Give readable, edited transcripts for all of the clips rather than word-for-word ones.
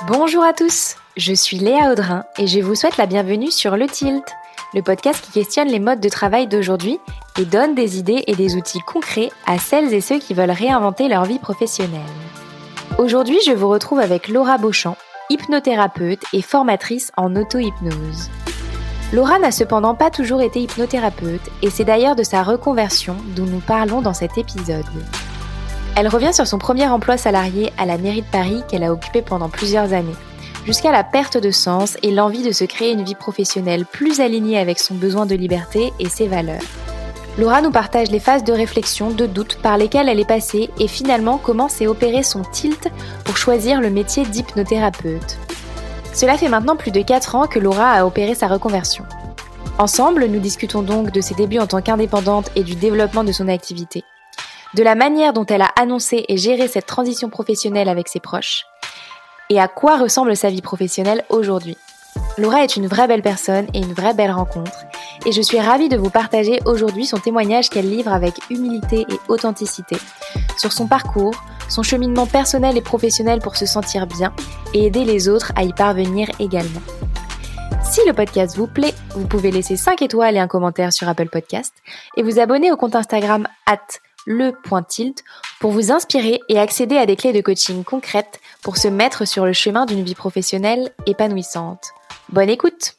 Bonjour à tous, je suis Léa Audrin et je vous souhaite la bienvenue sur Le Tilt, le podcast qui questionne les modes de travail d'aujourd'hui et donne des idées et des outils concrets à celles et ceux qui veulent réinventer leur vie professionnelle. Aujourd'hui, je vous retrouve avec Laura Beauchamp, hypnothérapeute et formatrice en auto-hypnose. Laura n'a cependant pas toujours été hypnothérapeute et c'est d'ailleurs de sa reconversion dont nous parlons dans cet épisode. Elle revient sur son premier emploi salarié à la mairie de Paris qu'elle a occupé pendant plusieurs années, jusqu'à la perte de sens et l'envie de se créer une vie professionnelle plus alignée avec son besoin de liberté et ses valeurs. Laura nous partage les phases de réflexion, de doute par lesquelles elle est passée et finalement comment s'est opéré son tilt pour choisir le métier d'hypnothérapeute. Cela fait maintenant plus de 4 ans que Laura a opéré sa reconversion. Ensemble, nous discutons donc de ses débuts en tant qu'indépendante et du développement de son activité, de la manière dont elle a annoncé et géré cette transition professionnelle avec ses proches, et à quoi ressemble sa vie professionnelle aujourd'hui. Laura est une vraie belle personne et une vraie belle rencontre, et je suis ravie de vous partager aujourd'hui son témoignage qu'elle livre avec humilité et authenticité, sur son parcours, son cheminement personnel et professionnel pour se sentir bien et aider les autres à y parvenir également. Si le podcast vous plaît, vous pouvez laisser 5 étoiles et un commentaire sur Apple Podcast et vous abonner au compte Instagram @le.tilt pour vous inspirer et accéder à des clés de coaching concrètes pour se mettre sur le chemin d'une vie professionnelle épanouissante. Bonne écoute!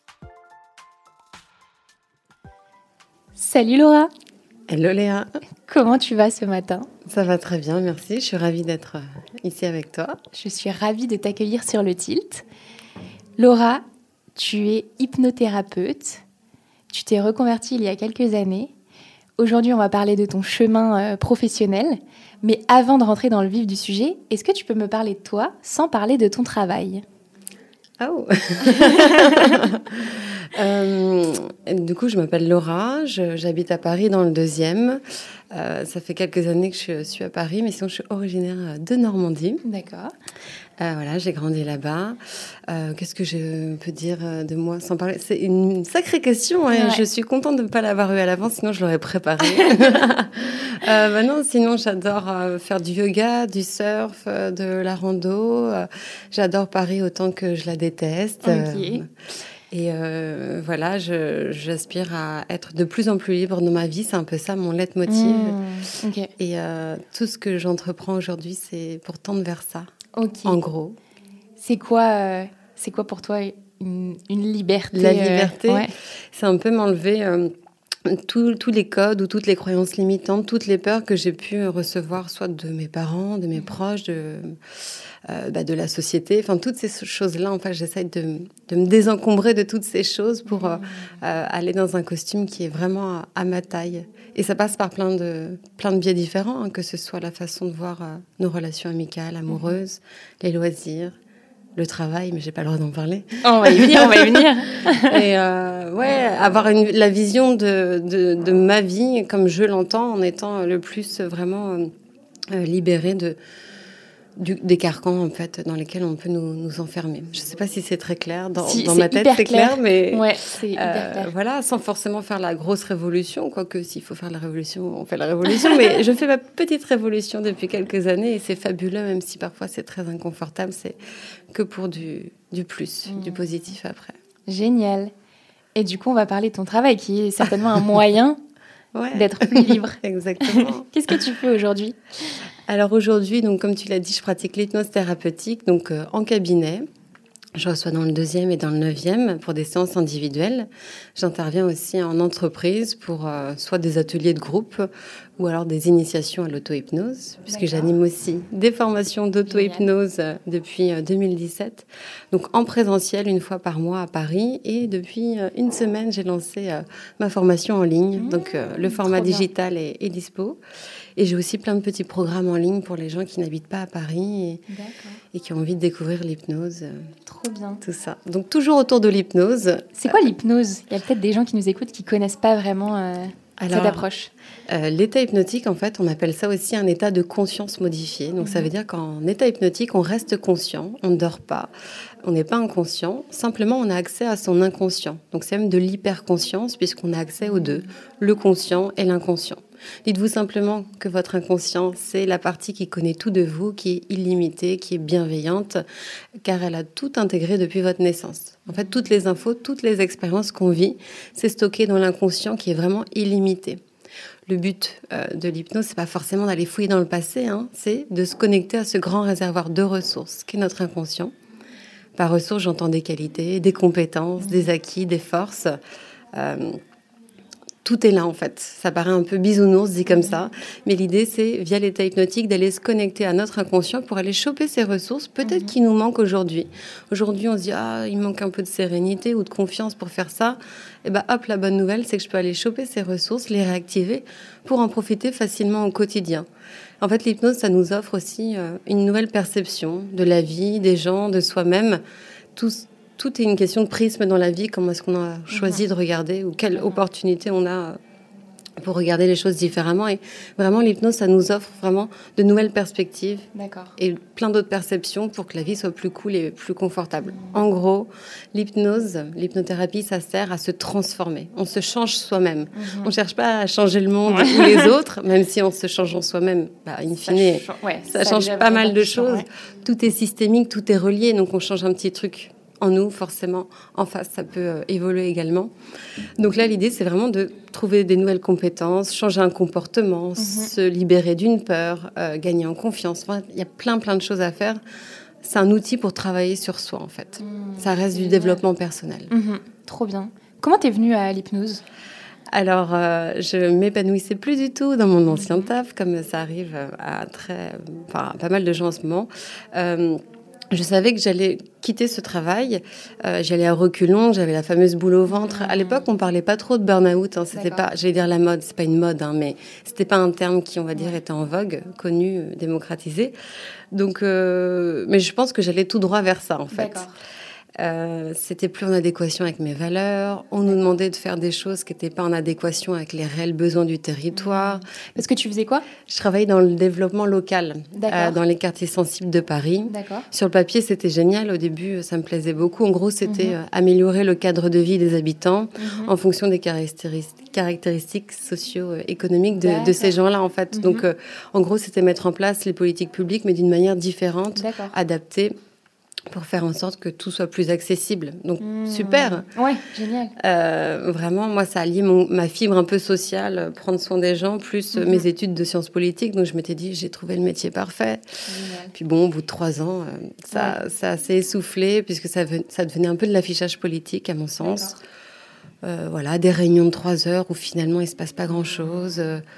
Salut Laura! Hello Léa! Comment tu vas ce matin? Ça va très bien, merci. Je suis ravie d'être ici avec toi. Je suis ravie de t'accueillir sur le Tilt. Laura, tu es hypnothérapeute. Tu t'es reconvertie il y a quelques années. Aujourd'hui, on va parler de ton chemin professionnel. Mais avant de rentrer dans le vif du sujet, est-ce que tu peux me parler de toi sans parler de ton travail ? Oh. Du coup, je m'appelle Laura, j'habite à Paris dans le 2e. Ça fait quelques années que je suis à Paris, mais sinon je suis originaire de Normandie. D'accord. Voilà, j'ai grandi là-bas. Qu'est-ce que je peux dire de moi sans parler? C'est une sacrée question. Hein. Ouais. Je suis contente de ne pas l'avoir eu à l'avance, sinon je l'aurais préparée. Non, sinon j'adore faire du yoga, du surf, de la rando. J'adore Paris autant que je la déteste. Ok. Et voilà, j'aspire à être de plus en plus libre dans ma vie. C'est un peu ça mon leitmotiv. Okay. Et tout ce que j'entreprends aujourd'hui, c'est pour tendre vers ça. Okay. En gros. C'est quoi pour toi une liberté? La liberté, ouais. C'est un peu m'enlever tous les codes ou toutes les croyances limitantes, toutes les peurs que j'ai pu recevoir, soit de mes parents, de mes proches, de la société. Enfin, toutes ces choses-là, en fait, j'essaie de me désencombrer de toutes ces choses pour aller dans un costume qui est vraiment à ma taille. Et ça passe par plein de biais différents, hein, que ce soit la façon de voir nos relations amicales, amoureuses, les loisirs, le travail, mais j'ai pas le droit d'en parler. On va y venir. Et avoir la vision de ma vie comme je l'entends, en étant le plus vraiment libérée des carcans en fait dans lesquels on peut nous enfermer. Je sais pas si c'est très clair dans ma tête, c'est clair, mais ouais, c'est hyper clair. Voilà, sans forcément faire la grosse révolution, quoique s'il faut faire la révolution, on fait la révolution. Mais je fais ma petite révolution depuis quelques années et c'est fabuleux, même si parfois c'est très inconfortable. C'est que pour du plus, du positif après. Génial. Et du coup, on va parler de ton travail, qui est certainement un moyen d'être plus libre. Exactement. Qu'est-ce que tu fais aujourd'hui ? Alors aujourd'hui, donc, comme tu l'as dit, je pratique l'hypnose thérapeutique donc, en cabinet. Je reçois dans le 2e et dans le 9e pour des séances individuelles. J'interviens aussi en entreprise pour soit des ateliers de groupe ou alors des initiations à l'auto-hypnose, puisque j'anime aussi des formations d'auto-hypnose depuis 2017. Donc en présentiel, une fois par mois à Paris. Et depuis une semaine, j'ai lancé ma formation en ligne. Donc le format digital est dispo. Et j'ai aussi plein de petits programmes en ligne pour les gens qui n'habitent pas à Paris et qui ont envie de découvrir l'hypnose. Trop bien. Tout ça. Donc toujours autour de l'hypnose. C'est quoi l'hypnose ? Il y a peut-être des gens qui nous écoutent qui ne connaissent pas vraiment... cette approche? L'état hypnotique, en fait, on appelle ça aussi un état de conscience modifié. Donc, ça veut dire qu'en état hypnotique, on reste conscient, on ne dort pas, on n'est pas inconscient. Simplement, on a accès à son inconscient. Donc, c'est même de l'hyperconscience puisqu'on a accès aux deux, le conscient et l'inconscient. Dites-vous simplement que votre inconscient, c'est la partie qui connaît tout de vous, qui est illimitée, qui est bienveillante, car elle a tout intégré depuis votre naissance. En fait, toutes les infos, toutes les expériences qu'on vit, c'est stocké dans l'inconscient qui est vraiment illimité. Le but de l'hypnose, c'est pas forcément d'aller fouiller dans le passé, c'est de se connecter à ce grand réservoir de ressources qu'est notre inconscient. Par ressources, j'entends des qualités, des compétences, des acquis, des forces. Tout est là, en fait. Ça paraît un peu bisounours, dit comme ça. Mais l'idée, c'est, via l'état hypnotique, d'aller se connecter à notre inconscient pour aller choper ces ressources, peut-être qui nous manquent aujourd'hui. Aujourd'hui, on se dit, il manque un peu de sérénité ou de confiance pour faire ça. Et hop, la bonne nouvelle, c'est que je peux aller choper ces ressources, les réactiver pour en profiter facilement au quotidien. En fait, l'hypnose, ça nous offre aussi une nouvelle perception de la vie, des gens, de soi-même. Tout est une question de prisme dans la vie. Comment est-ce qu'on a choisi de regarder ou quelle opportunité on a pour regarder les choses différemment. Et vraiment, l'hypnose, ça nous offre vraiment de nouvelles perspectives. D'accord. Et plein d'autres perceptions pour que la vie soit plus cool et plus confortable. En gros, l'hypnothérapie, ça sert à se transformer. On se change soi-même. On ne cherche pas à changer le monde ou les autres, même si en se changeant soi-même, in fine, ça change pas mal de choses. Ouais. Tout est systémique, tout est relié, donc on change un petit truc en nous, forcément, en face, ça peut évoluer également. Donc là, l'idée, c'est vraiment de trouver des nouvelles compétences, changer un comportement, se libérer d'une peur, gagner en confiance. Enfin, il y a plein de choses à faire. C'est un outil pour travailler sur soi, en fait. Ça reste du développement personnel. Trop bien. Comment t'es venue à l'hypnose ? Alors, je m'épanouissais plus du tout dans mon ancien taf, comme ça arrive à pas mal de gens en ce moment. Je savais que j'allais quitter ce travail. J'allais à reculons, j'avais la fameuse boule au ventre. À l'époque, on parlait pas trop de burn-out. C'était pas, j'allais dire la mode, c'est pas une mode, mais c'était pas un terme qui, on va dire, était en vogue, connu, démocratisé. Donc, mais je pense que j'allais tout droit vers ça, en fait. D'accord. C'était plus en adéquation avec mes valeurs. On nous demandait de faire des choses qui n'étaient pas en adéquation avec les réels besoins du territoire. Parce que tu faisais quoi ? Je travaillais dans le développement local, dans les quartiers sensibles de Paris. D'accord. Sur le papier, c'était génial. Au début, ça me plaisait beaucoup. En gros, c'était améliorer le cadre de vie des habitants en fonction des caractéristiques socio-économiques de ces gens-là, en fait. Donc, en gros, c'était mettre en place les politiques publiques, mais d'une manière différente, adaptée, pour faire en sorte que tout soit plus accessible. Donc, super. Ouais, génial. Vraiment, moi, ça a lié ma fibre un peu sociale, prendre soin des gens, plus mes études de sciences politiques. Donc, je m'étais dit, j'ai trouvé le métier parfait. Génial. Puis bon, au bout de 3 ans, ça s'est essoufflé, puisque ça devenait un peu de l'affichage politique, à mon sens. Voilà, des réunions de 3 heures où finalement, il ne se passe pas grand-chose.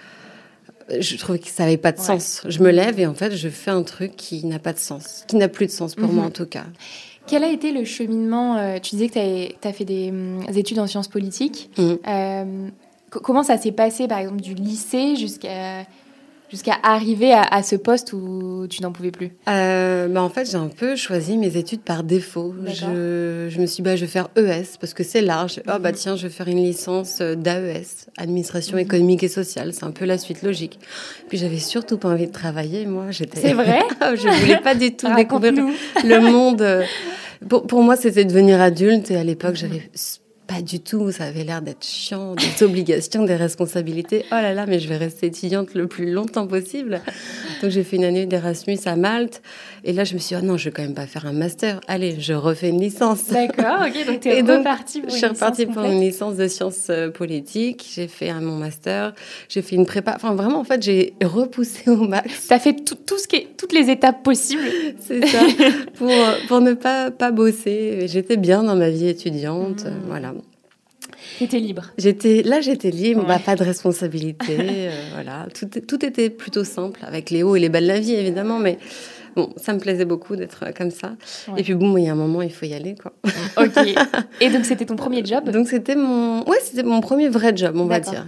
Je trouvais que ça n'avait pas de sens. Je me lève et en fait, je fais un truc qui n'a pas de sens, qui n'a plus de sens pour moi en tout cas. Quel a été le cheminement Tu disais que tu as fait des études en sciences politiques. Comment ça s'est passé, par exemple, du lycée jusqu'à arriver à ce poste où tu n'en pouvais plus ? En fait, j'ai un peu choisi mes études par défaut. Je me suis dit, je vais faire ES parce que c'est large. Tiens, je vais faire une licence d'AES, Administration économique et sociale. C'est un peu la suite logique. Puis, j'avais surtout pas envie de travailler. Moi, C'est vrai ? Je voulais pas du tout découvrir le monde. Pour moi, c'était devenir adulte. Et à l'époque, j'avais... Pas du tout, ça avait l'air d'être chiant, des obligations, des responsabilités. Oh là là, mais je vais rester étudiante le plus longtemps possible. Donc j'ai fait une année d'Erasmus à Malte. Et là, je me suis dit, non, je vais quand même pas faire un master. Allez, je refais une licence. D'accord, ok, donc tu es repartie pour une licence. Je suis repartie pour une licence de sciences politiques. J'ai fait mon master, j'ai fait une prépa. Enfin, vraiment, en fait, j'ai repoussé au max. Tu as fait toutes les étapes possibles. C'est ça, pour ne pas bosser. J'étais bien dans ma vie étudiante, voilà. T'étais libre. J'étais libre, pas de responsabilité, voilà. Tout était plutôt simple, avec les hauts et les bas de la vie, évidemment, mais bon, ça me plaisait beaucoup d'être comme ça. Ouais. Et puis bon, il y a un moment, il faut y aller, quoi. Ok. Et donc, c'était ton premier job ? Donc, c'était mon premier vrai job, on va dire.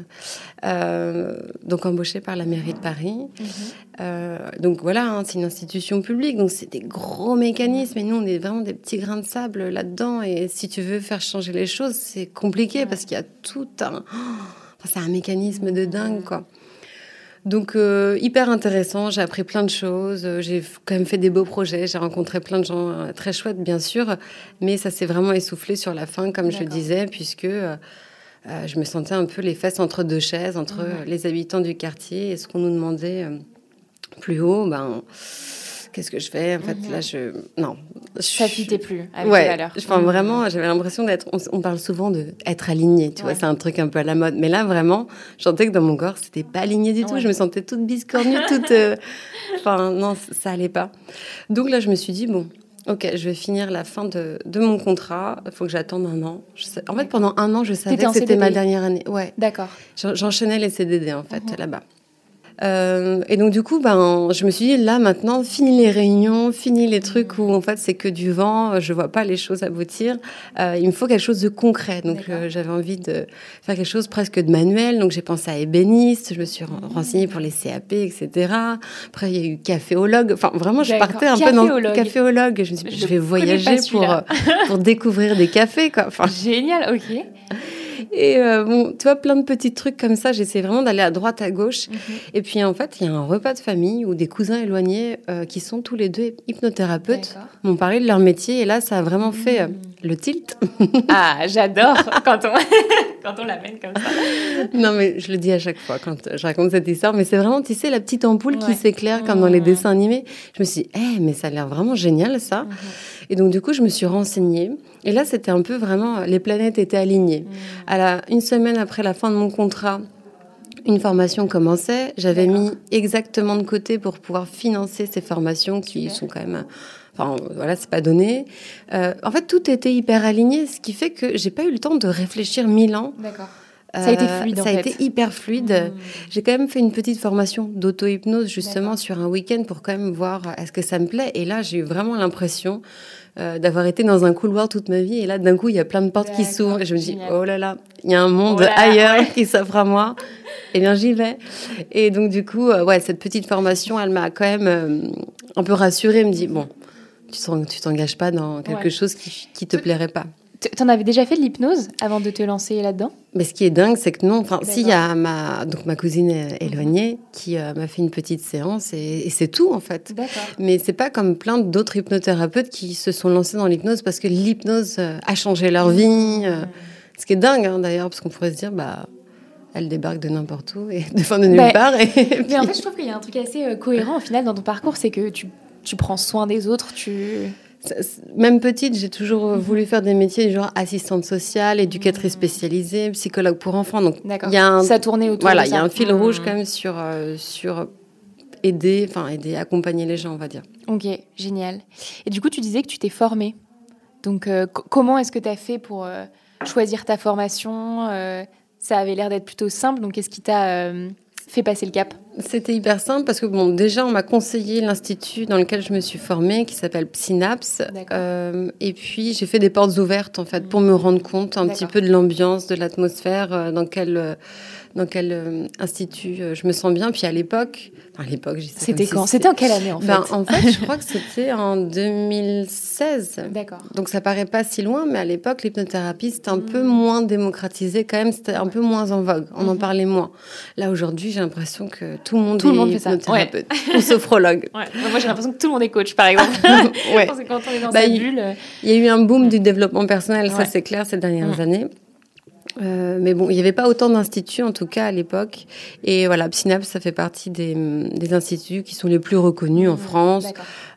Donc, embauchée par la mairie de Paris. Donc, voilà, c'est une institution publique. Donc, c'est des gros mécanismes. Et nous, on est vraiment des petits grains de sable là-dedans. Et si tu veux faire changer les choses, c'est compliqué parce qu'il y a tout un... c'est un mécanisme de dingue, quoi. Donc, hyper intéressant. J'ai appris plein de choses. J'ai quand même fait des beaux projets. J'ai rencontré plein de gens très chouettes, bien sûr. Mais ça s'est vraiment essoufflé sur la fin, comme je disais, puisque je me sentais un peu les fesses entre deux chaises, entre les habitants du quartier et ce qu'on nous demandait plus haut. Qu'est-ce que je fais ? En fait, là, non. Ça fitait plus avec les valeurs. Enfin, vraiment, j'avais l'impression d'être... On parle souvent d'être aligné, tu vois, c'est un truc un peu à la mode. Mais là, vraiment, je sentais que dans mon corps, c'était pas aligné du tout. Je me sentais toute biscornue, toute... Enfin, non, ça allait pas. Donc là, je me suis dit, bon, ok, je vais finir la fin de mon contrat. Il faut que j'attende 1 an. En fait, pendant 1 an, je savais que c'était ma dernière année. Ouais. D'accord. J'enchaînais les CDD, en fait, là-bas. Et donc du coup, je me suis dit là maintenant, fini les réunions, fini les trucs où en fait c'est que du vent, je vois pas les choses aboutir. Il me faut quelque chose de concret. Donc j'avais envie de faire quelque chose presque de manuel. Donc j'ai pensé à ébéniste, je me suis renseignée pour les CAP, etc. Après il y a eu caféologue. Enfin vraiment, je partais un peu dans caféologue. Je me suis dit, je vais voyager pour découvrir des cafés, quoi. Enfin, génial, ok. Et tu vois, plein de petits trucs comme ça. J'essaie vraiment d'aller à droite, à gauche. Et puis, en fait, il y a un repas de famille où des cousins éloignés qui sont tous les deux hypnothérapeutes m'ont parlé de leur métier. Et là, ça a vraiment fait le tilt. Ah, j'adore quand on l'amène comme ça. Non, mais je le dis à chaque fois quand je raconte cette histoire. Mais c'est vraiment, tu sais, la petite ampoule qui s'éclaire comme dans les dessins animés. Je me suis dit, mais ça a l'air vraiment génial, ça. Et donc, du coup, je me suis renseignée. Et là, c'était un peu vraiment... Les planètes étaient alignées. Une semaine après la fin de mon contrat, une formation commençait. J'avais mis exactement de côté pour pouvoir financer ces formations qui sont quand même... Enfin, voilà, c'est pas donné. En fait, tout était hyper aligné, ce qui fait que j'ai pas eu le temps de réfléchir 1000 ans. D'accord. Ça a été fluide, Ça a été hyper fluide. J'ai quand même fait une petite formation d'auto-hypnose, justement, sur un week-end pour quand même voir est-ce que ça me plaît. Et là, j'ai eu vraiment l'impression d'avoir été dans un couloir toute ma vie. Et là, d'un coup, il y a plein de portes qui s'ouvrent. Et je me dis, oh là là, il y a un monde ailleurs qui s'offre à moi. Eh bien, j'y vais. Et donc, du coup, cette petite formation, elle m'a quand même un peu rassurée. Elle me dit, bon, tu t'engages pas dans quelque chose qui te plairait pas. T'en avais déjà fait de l'hypnose avant de te lancer là-dedans ? Mais ce qui est dingue, c'est que non. Enfin, si, il y a ma cousine éloignée qui m'a fait une petite séance et c'est tout, en fait. D'accord. Mais c'est pas comme plein d'autres hypnothérapeutes qui se sont lancés dans l'hypnose parce que l'hypnose a changé leur vie. Ce qui est dingue, hein, d'ailleurs, parce qu'on pourrait se dire, elle débarque de n'importe où et de nulle part. Mais en fait, je trouve qu'il y a un truc assez cohérent, au final, dans ton parcours, c'est que tu prends soin des autres, Même petite, j'ai toujours voulu faire des métiers genre assistante sociale, éducatrice spécialisée, psychologue pour enfants. Donc, ça tournait autour de ça. Voilà, il y a un fil rouge quand même sur aider, accompagner les gens, on va dire. Ok, génial. Et du coup, tu disais que tu t'es formée. Donc, comment est-ce que tu as fait pour choisir ta formation ? Ça avait l'air d'être plutôt simple. Donc, qu'est-ce qui t'a fait passer le cap ? C'était hyper simple parce que, déjà, on m'a conseillé l'institut dans lequel je me suis formée, qui s'appelle Psynaps. Et puis, j'ai fait des portes ouvertes, en fait, pour me rendre compte un petit peu de l'ambiance, de l'atmosphère, dans quel institut je me sens bien. Puis à l'époque, c'était quand ? C'était en quelle année, en fait ? En fait, je crois que c'était en 2016. D'accord. Donc, ça paraît pas si loin, mais à l'époque, l'hypnothérapie, c'était un peu moins démocratisé quand même. C'était un peu moins en vogue. On en parlait moins. Là, aujourd'hui, j'ai l'impression que tout le monde est hypnothérapeute ou sophrologue. Moi, j'ai l'impression que tout le monde est coach, par exemple. Je pense que quand on est dans sa bulle... Il y a eu un boom du développement personnel, ça c'est clair, ces dernières années. Mais bon, il n'y avait pas autant d'instituts, en tout cas, à l'époque. Et voilà, Psynaps, ça fait partie des instituts qui sont les plus reconnus en France.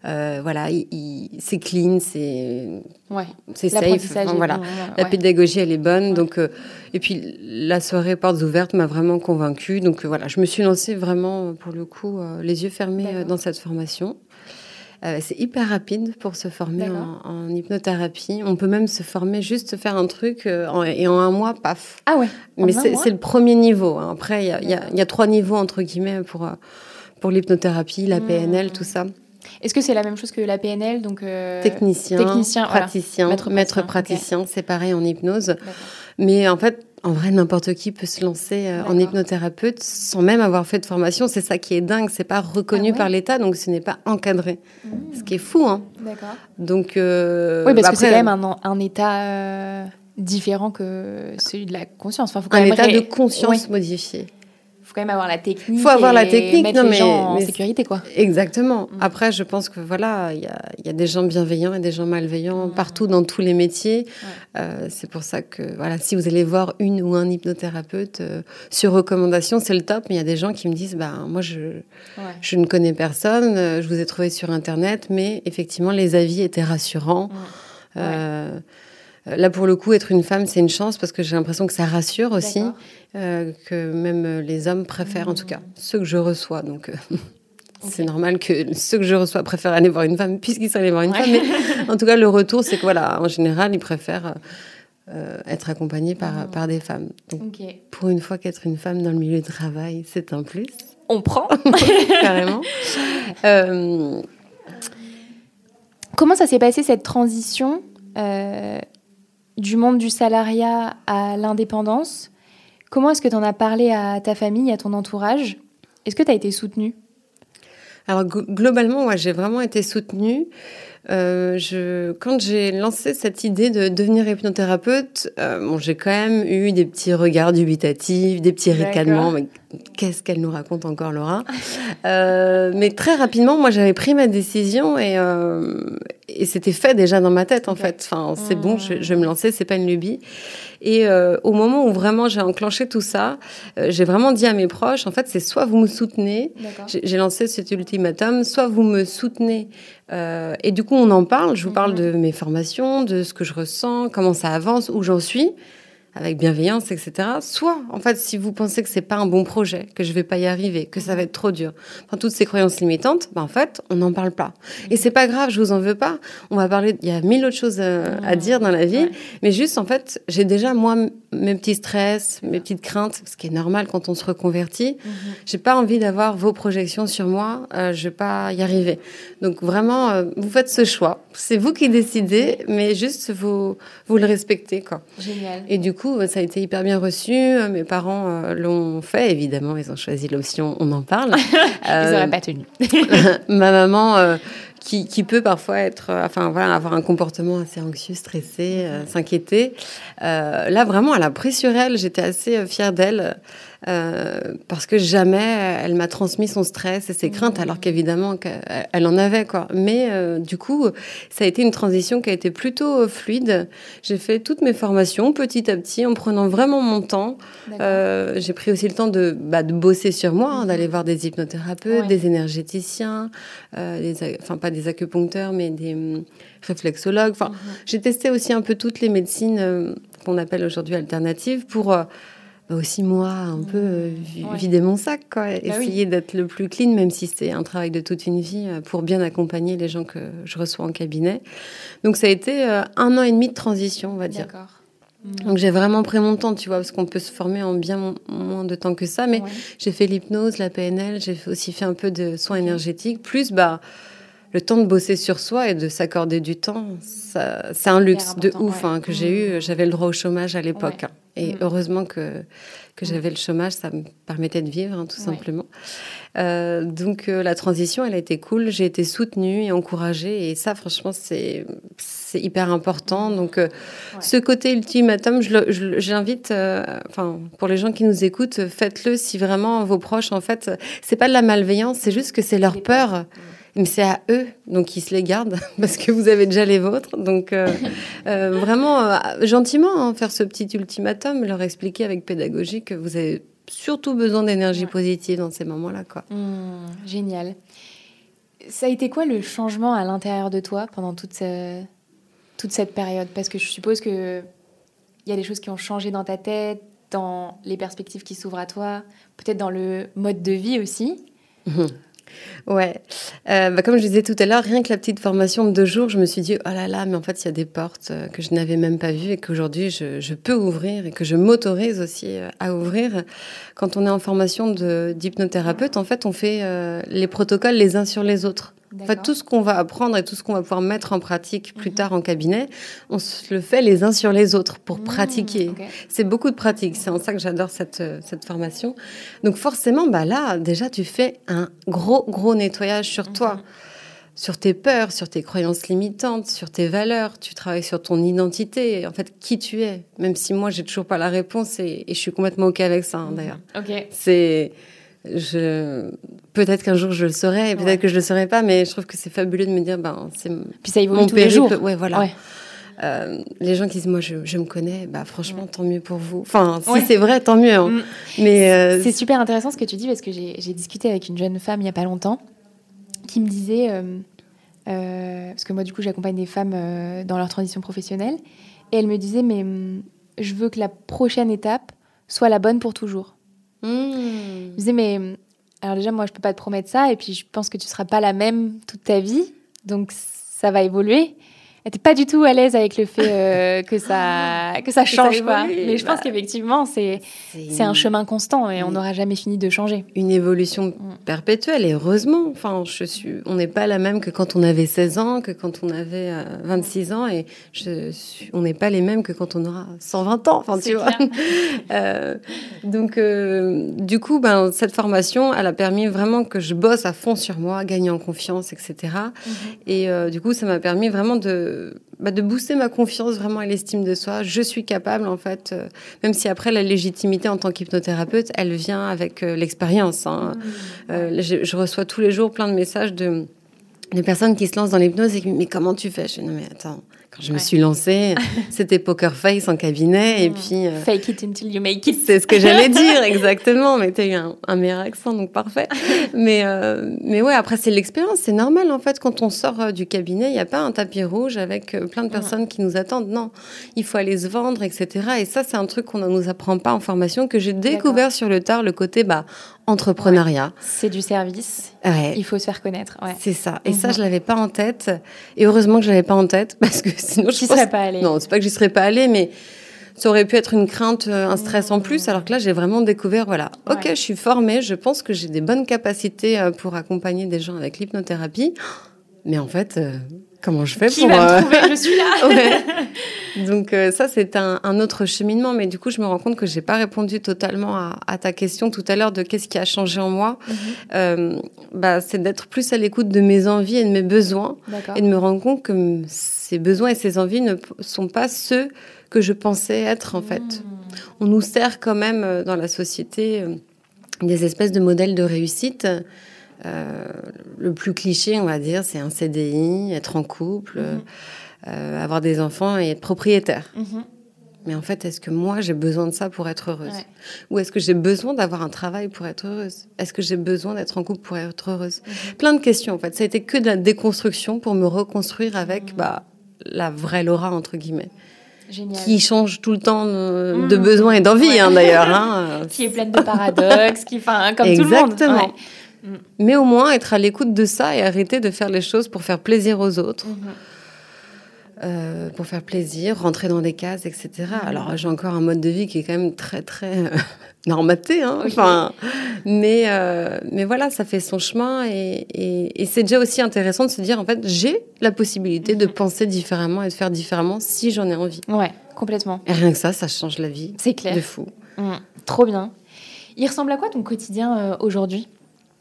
C'est clean, c'est safe. La pédagogie, elle est bonne. Donc, et puis, la soirée portes ouvertes m'a vraiment convaincue. Donc, je me suis lancée vraiment, pour le coup, les yeux fermés dans cette formation. C'est hyper rapide pour se former en hypnothérapie. On peut même se former, juste faire un truc et en 1 mois, paf. Ah ouais. Mais c'est le premier niveau. Hein. Après, il y a 3 niveaux, entre guillemets, pour l'hypnothérapie, la PNL, tout ça. Est-ce que c'est la même chose que la PNL, donc technicien, praticien, maître praticien, c'est pareil en hypnose. Mais en fait, en vrai, n'importe qui peut se lancer en hypnothérapeute sans même avoir fait de formation. C'est ça qui est dingue. C'est pas reconnu par l'État, donc ce n'est pas encadré. Ce qui est fou, hein. D'accord. Donc, oui, parce que c'est quand même un État différent que celui de la conscience. Enfin, faut quand Un même état de conscience modifié. Faut quand même avoir la technique. Il faut avoir la technique, mettre les gens en sécurité, quoi. Exactement. Après, je pense que voilà, il y a des gens bienveillants et des gens malveillants partout dans tous les métiers. C'est pour ça que voilà, si vous allez voir une ou un hypnothérapeute sur recommandation, c'est le top. Mais il y a des gens qui me disent, moi, je ne connais personne, je vous ai trouvé sur Internet, mais effectivement, les avis étaient rassurants. Là, pour le coup, être une femme, c'est une chance parce que j'ai l'impression que ça rassure aussi, que même les hommes préfèrent, en tout cas, ceux que je reçois. Donc, c'est normal que ceux que je reçois préfèrent aller voir une femme puisqu'ils sont allés voir une femme. Mais en tout cas, le retour, c'est que voilà, en général, ils préfèrent être accompagnés par des femmes. Donc, pour une fois qu'être une femme dans le milieu du travail, c'est un plus. On prend. Carrément. Comment ça s'est passé, cette transition du monde du salariat à l'indépendance? Comment est-ce que tu en as parlé à ta famille, à ton entourage? Est-ce que tu as été soutenue? Alors, globalement, moi, j'ai vraiment été soutenue. Quand j'ai lancé cette idée de devenir hypnothérapeute, j'ai quand même eu des petits regards dubitatifs, des petits ricanements. Mais qu'est-ce qu'elle nous raconte encore, Laura? Mais très rapidement, moi, j'avais pris ma décision et c'était fait déjà dans ma tête, en fait. Enfin, c'est bon, je vais me lancer, c'est pas une lubie. Et au moment où vraiment j'ai enclenché tout ça, j'ai vraiment dit à mes proches, en fait, c'est soit vous me soutenez, j'ai lancé cet ultimatum, soit vous me soutenez. Et du coup, on en parle, je vous parle de mes formations, de ce que je ressens, comment ça avance, où j'en suis, avec bienveillance, etc. Soit, en fait, si vous pensez que c'est pas un bon projet, que je vais pas y arriver, que ça va être trop dur, enfin, toutes ces croyances limitantes, en fait, on n'en parle pas. Et c'est pas grave, je vous en veux pas. On va parler, il y a 1000 autres choses à dire dans la vie, mais juste, en fait, j'ai déjà, moi, mes petits stress, mes petites craintes, ce qui est normal quand on se reconvertit. J'ai pas envie d'avoir vos projections sur moi, je vais pas y arriver. Donc, vraiment, vous faites ce choix. C'est vous qui décidez, mais juste, vous le respectez, quoi. Génial. Et du coup, ça a été hyper bien reçu. Mes parents l'ont fait, évidemment. Ils ont choisi l'option « on en parle ». Ils n'auraient pas tenu. Ma maman, qui peut parfois être, avoir un comportement assez anxieux, stressé, s'inquiéter. Là, vraiment, elle a pris sur elle. J'étais assez fière d'elle. Parce que jamais elle m'a transmis son stress et ses craintes, alors qu'évidemment elle en avait, quoi. Mais du coup, ça a été une transition qui a été plutôt fluide. J'ai fait toutes mes formations petit à petit en prenant vraiment mon temps. J'ai pris aussi le temps de bosser sur moi, d'aller voir des hypnothérapeutes, des énergéticiens, pas des acupuncteurs, mais des réflexologues. J'ai testé aussi un peu toutes les médecines qu'on appelle aujourd'hui alternatives pour aussi moi un peu vider mon sac, quoi. Essayer d'être le plus clean, même si c'est un travail de toute une vie, pour bien accompagner les gens que je reçois en cabinet. Donc ça a été 1 an et demi de transition, on va dire. Donc j'ai vraiment pris mon temps, tu vois, parce qu'on peut se former en bien moins de temps que ça, mais j'ai fait l'hypnose, la PNL, j'ai aussi fait un peu de soins énergétiques, plus le temps de bosser sur soi et de s'accorder du temps, c'est un luxe de ouf que j'ai eu. J'avais le droit au chômage à l'époque. Et heureusement que j'avais le chômage, ça me permettait de vivre, tout simplement. Donc la transition, elle a été cool. J'ai été soutenue et encouragée. Et ça, franchement, c'est hyper important. Donc ce côté ultimatum, j'invite, pour les gens qui nous écoutent, faites-le si vraiment vos proches, en fait, c'est pas de la malveillance, c'est juste que c'est leur peur. Mais c'est à eux, donc ils se les gardent parce que vous avez déjà les vôtres. Donc vraiment, gentiment, faire ce petit ultimatum, leur expliquer avec pédagogie que vous avez surtout besoin d'énergie positive dans ces moments-là, quoi. Génial. Ça a été quoi le changement à l'intérieur de toi pendant toute cette période? Parce que je suppose qu'il y a des choses qui ont changé dans ta tête, dans les perspectives qui s'ouvrent à toi, peut-être dans le mode de vie aussi. Ouais, comme je disais tout à l'heure, rien que la petite formation de 2 jours, je me suis dit, oh là là, mais en fait, il y a des portes que je n'avais même pas vues et qu'aujourd'hui, je peux ouvrir et que je m'autorise aussi à ouvrir. Quand on est en formation d'hypnothérapeute, en fait, on fait les protocoles les uns sur les autres. En fait, tout ce qu'on va apprendre et tout ce qu'on va pouvoir mettre en pratique plus tard en cabinet, on se le fait les uns sur les autres pour pratiquer. C'est beaucoup de pratique. C'est en ça que j'adore cette formation. Donc forcément, là, déjà, tu fais un gros nettoyage sur toi. sur tes peurs, sur tes croyances limitantes, sur tes valeurs. Tu travailles sur ton identité, en fait, qui tu es. Même si moi, j'ai toujours pas la réponse et je suis complètement OK avec ça, d'ailleurs. OK. Peut-être qu'un jour je le saurai et peut-être que je le saurai pas, mais je trouve que c'est fabuleux de me dire, c'est puis ça évolue mon tous les jours. Ouais, voilà. Ouais. Les gens qui disent, moi, je me connais, franchement, tant mieux pour vous. Enfin, si c'est vrai, tant mieux. Hein. Mais c'est super intéressant ce que tu dis parce que j'ai discuté avec une jeune femme il y a pas longtemps qui me disait, parce que moi, du coup, j'accompagne des femmes dans leur transition professionnelle, et elle me disait, mais je veux que la prochaine étape soit la bonne pour toujours. Je me disais, mais alors déjà, moi, je peux pas te promettre ça, et puis je pense que tu seras pas la même toute ta vie, donc ça va évoluer. Elle n'était pas du tout à l'aise avec le fait que ça change, quoi. Mais je pense qu'effectivement, c'est un chemin constant et on n'aura jamais fini de changer. Une évolution perpétuelle, et heureusement. Enfin, on n'est pas la même que quand on avait 16 ans, que quand on avait 26 ans, et on n'est pas les mêmes que quand on aura 120 ans. Enfin, tu vois. Donc, du coup, cette formation, elle a permis vraiment que je bosse à fond sur moi, gagner en confiance, etc. Et du coup, ça m'a permis vraiment de booster ma confiance vraiment et l'estime de soi. Je suis capable, en fait, même si après, la légitimité en tant qu'hypnothérapeute, elle vient avec l'expérience. Hein. Je reçois tous les jours plein de messages de personnes qui se lancent dans l'hypnose et qui me disent, mais comment tu fais ? Je dis, non, mais attends. Quand je me suis lancée, c'était poker face en cabinet et puis... Fake it until you make it. C'est ce que j'allais dire, exactement. Mais tu as eu un meilleur accent, donc parfait. Mais ouais, après, c'est l'expérience. C'est normal, en fait, quand on sort du cabinet, il n'y a pas un tapis rouge avec plein de personnes qui nous attendent. Non, il faut aller se vendre, etc. Et ça, c'est un truc qu'on ne nous apprend pas en formation, que j'ai découvert sur le tard, le côté entrepreneuriat. Ouais. C'est du service. Ouais. Il faut se faire connaître. Ouais. C'est ça. Et ça, je l'avais pas en tête. Et heureusement que je l'avais pas en tête parce que sinon, je serais pas allée. Non, c'est pas que j'y serais pas allée, mais ça aurait pu être une crainte, un stress en plus. Alors que là, j'ai vraiment découvert, ok, je suis formée, je pense que j'ai des bonnes capacités pour accompagner des gens avec l'hypnothérapie. Mais en fait, comment je fais Qui va me trouver ? Je suis là. Ouais. Donc ça, c'est un autre cheminement. Mais du coup, je me rends compte que j'ai pas répondu totalement à ta question tout à l'heure de qu'est-ce qui a changé en moi. C'est d'être plus à l'écoute de mes envies et de mes besoins. D'accord. Et de me rendre compte que ces besoins et ces envies ne sont pas ceux que je pensais être, en fait. On nous sert quand même dans la société des espèces de modèles de réussite. Le plus cliché, on va dire, c'est un CDI, être en couple, avoir des enfants et être propriétaire. Mais en fait, est-ce que moi, j'ai besoin de ça pour être heureuse ? Ou est-ce que j'ai besoin d'avoir un travail pour être heureuse ? Est-ce que j'ai besoin d'être en couple pour être heureuse ? Plein de questions, en fait. Ça a été que de la déconstruction pour me reconstruire avec la vraie Laura, entre guillemets. Génial. Qui change tout le temps de besoins et d'envie, d'ailleurs. Qui est pleine de paradoxes, comme Exactement. tout le monde. Exactement. Mais au moins, être à l'écoute de ça et arrêter de faire les choses pour faire plaisir aux autres. Pour faire plaisir, rentrer dans des cases, etc. Alors, j'ai encore un mode de vie qui est quand même très, très normaté. Mais voilà, ça fait son chemin. Et c'est déjà aussi intéressant de se dire, en fait, j'ai la possibilité de penser différemment et de faire différemment si j'en ai envie. Ouais, complètement. Et rien que ça change la vie. C'est clair. De fou. Trop bien. Il ressemble à quoi ton quotidien aujourd'hui ?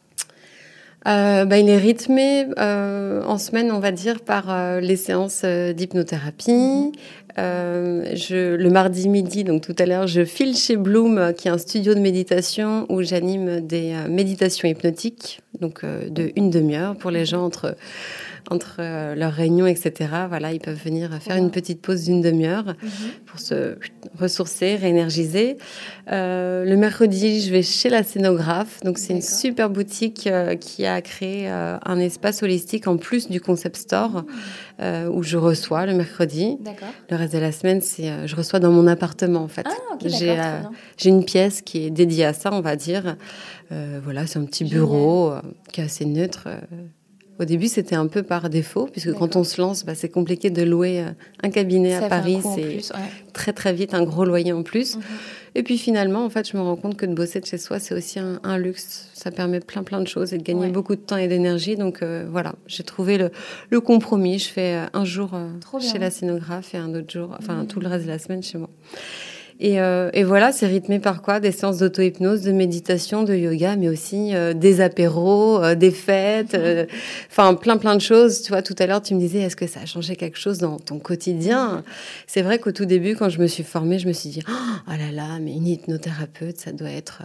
Il est rythmé en semaine, on va dire, par les séances d'hypnothérapie. Le mardi midi, donc tout à l'heure, je file chez Bloom, qui est un studio de méditation où j'anime des méditations hypnotiques, donc de 1 demi-heure pour les gens entre leurs réunions, etc. Voilà, ils peuvent venir faire une petite pause d'1 demi-heure pour se ressourcer, réénergiser. Le mercredi, je vais chez la scénographe. Donc, c'est une super boutique qui a créé un espace holistique en plus du concept store où je reçois le mercredi. D'accord. Le reste de la semaine, je reçois dans mon appartement, en fait. Ah, ok, d'accord. J'ai une pièce qui est dédiée à ça, on va dire. Voilà, c'est un petit bureau qui est assez neutre. Au début, c'était un peu par défaut, puisque quand on se lance, c'est compliqué de louer un cabinet à Paris. C'est très, très vite un gros loyer en plus. Et puis finalement, en fait, je me rends compte que de bosser de chez soi, c'est aussi un luxe. Ça permet plein de choses et de gagner beaucoup de temps et d'énergie. Donc voilà, j'ai trouvé le compromis. Je fais un jour chez la scénographe et un autre jour, tout le reste de la semaine chez moi. Et voilà, c'est rythmé par quoi? Des séances d'auto-hypnose, de méditation, de yoga, mais aussi des apéros, des fêtes, enfin plein de choses. Tu vois, tout à l'heure, tu me disais, est-ce que ça a changé quelque chose dans ton quotidien? C'est vrai qu'au tout début, quand je me suis formée, je me suis dit, oh là là, mais une hypnothérapeute, ça doit être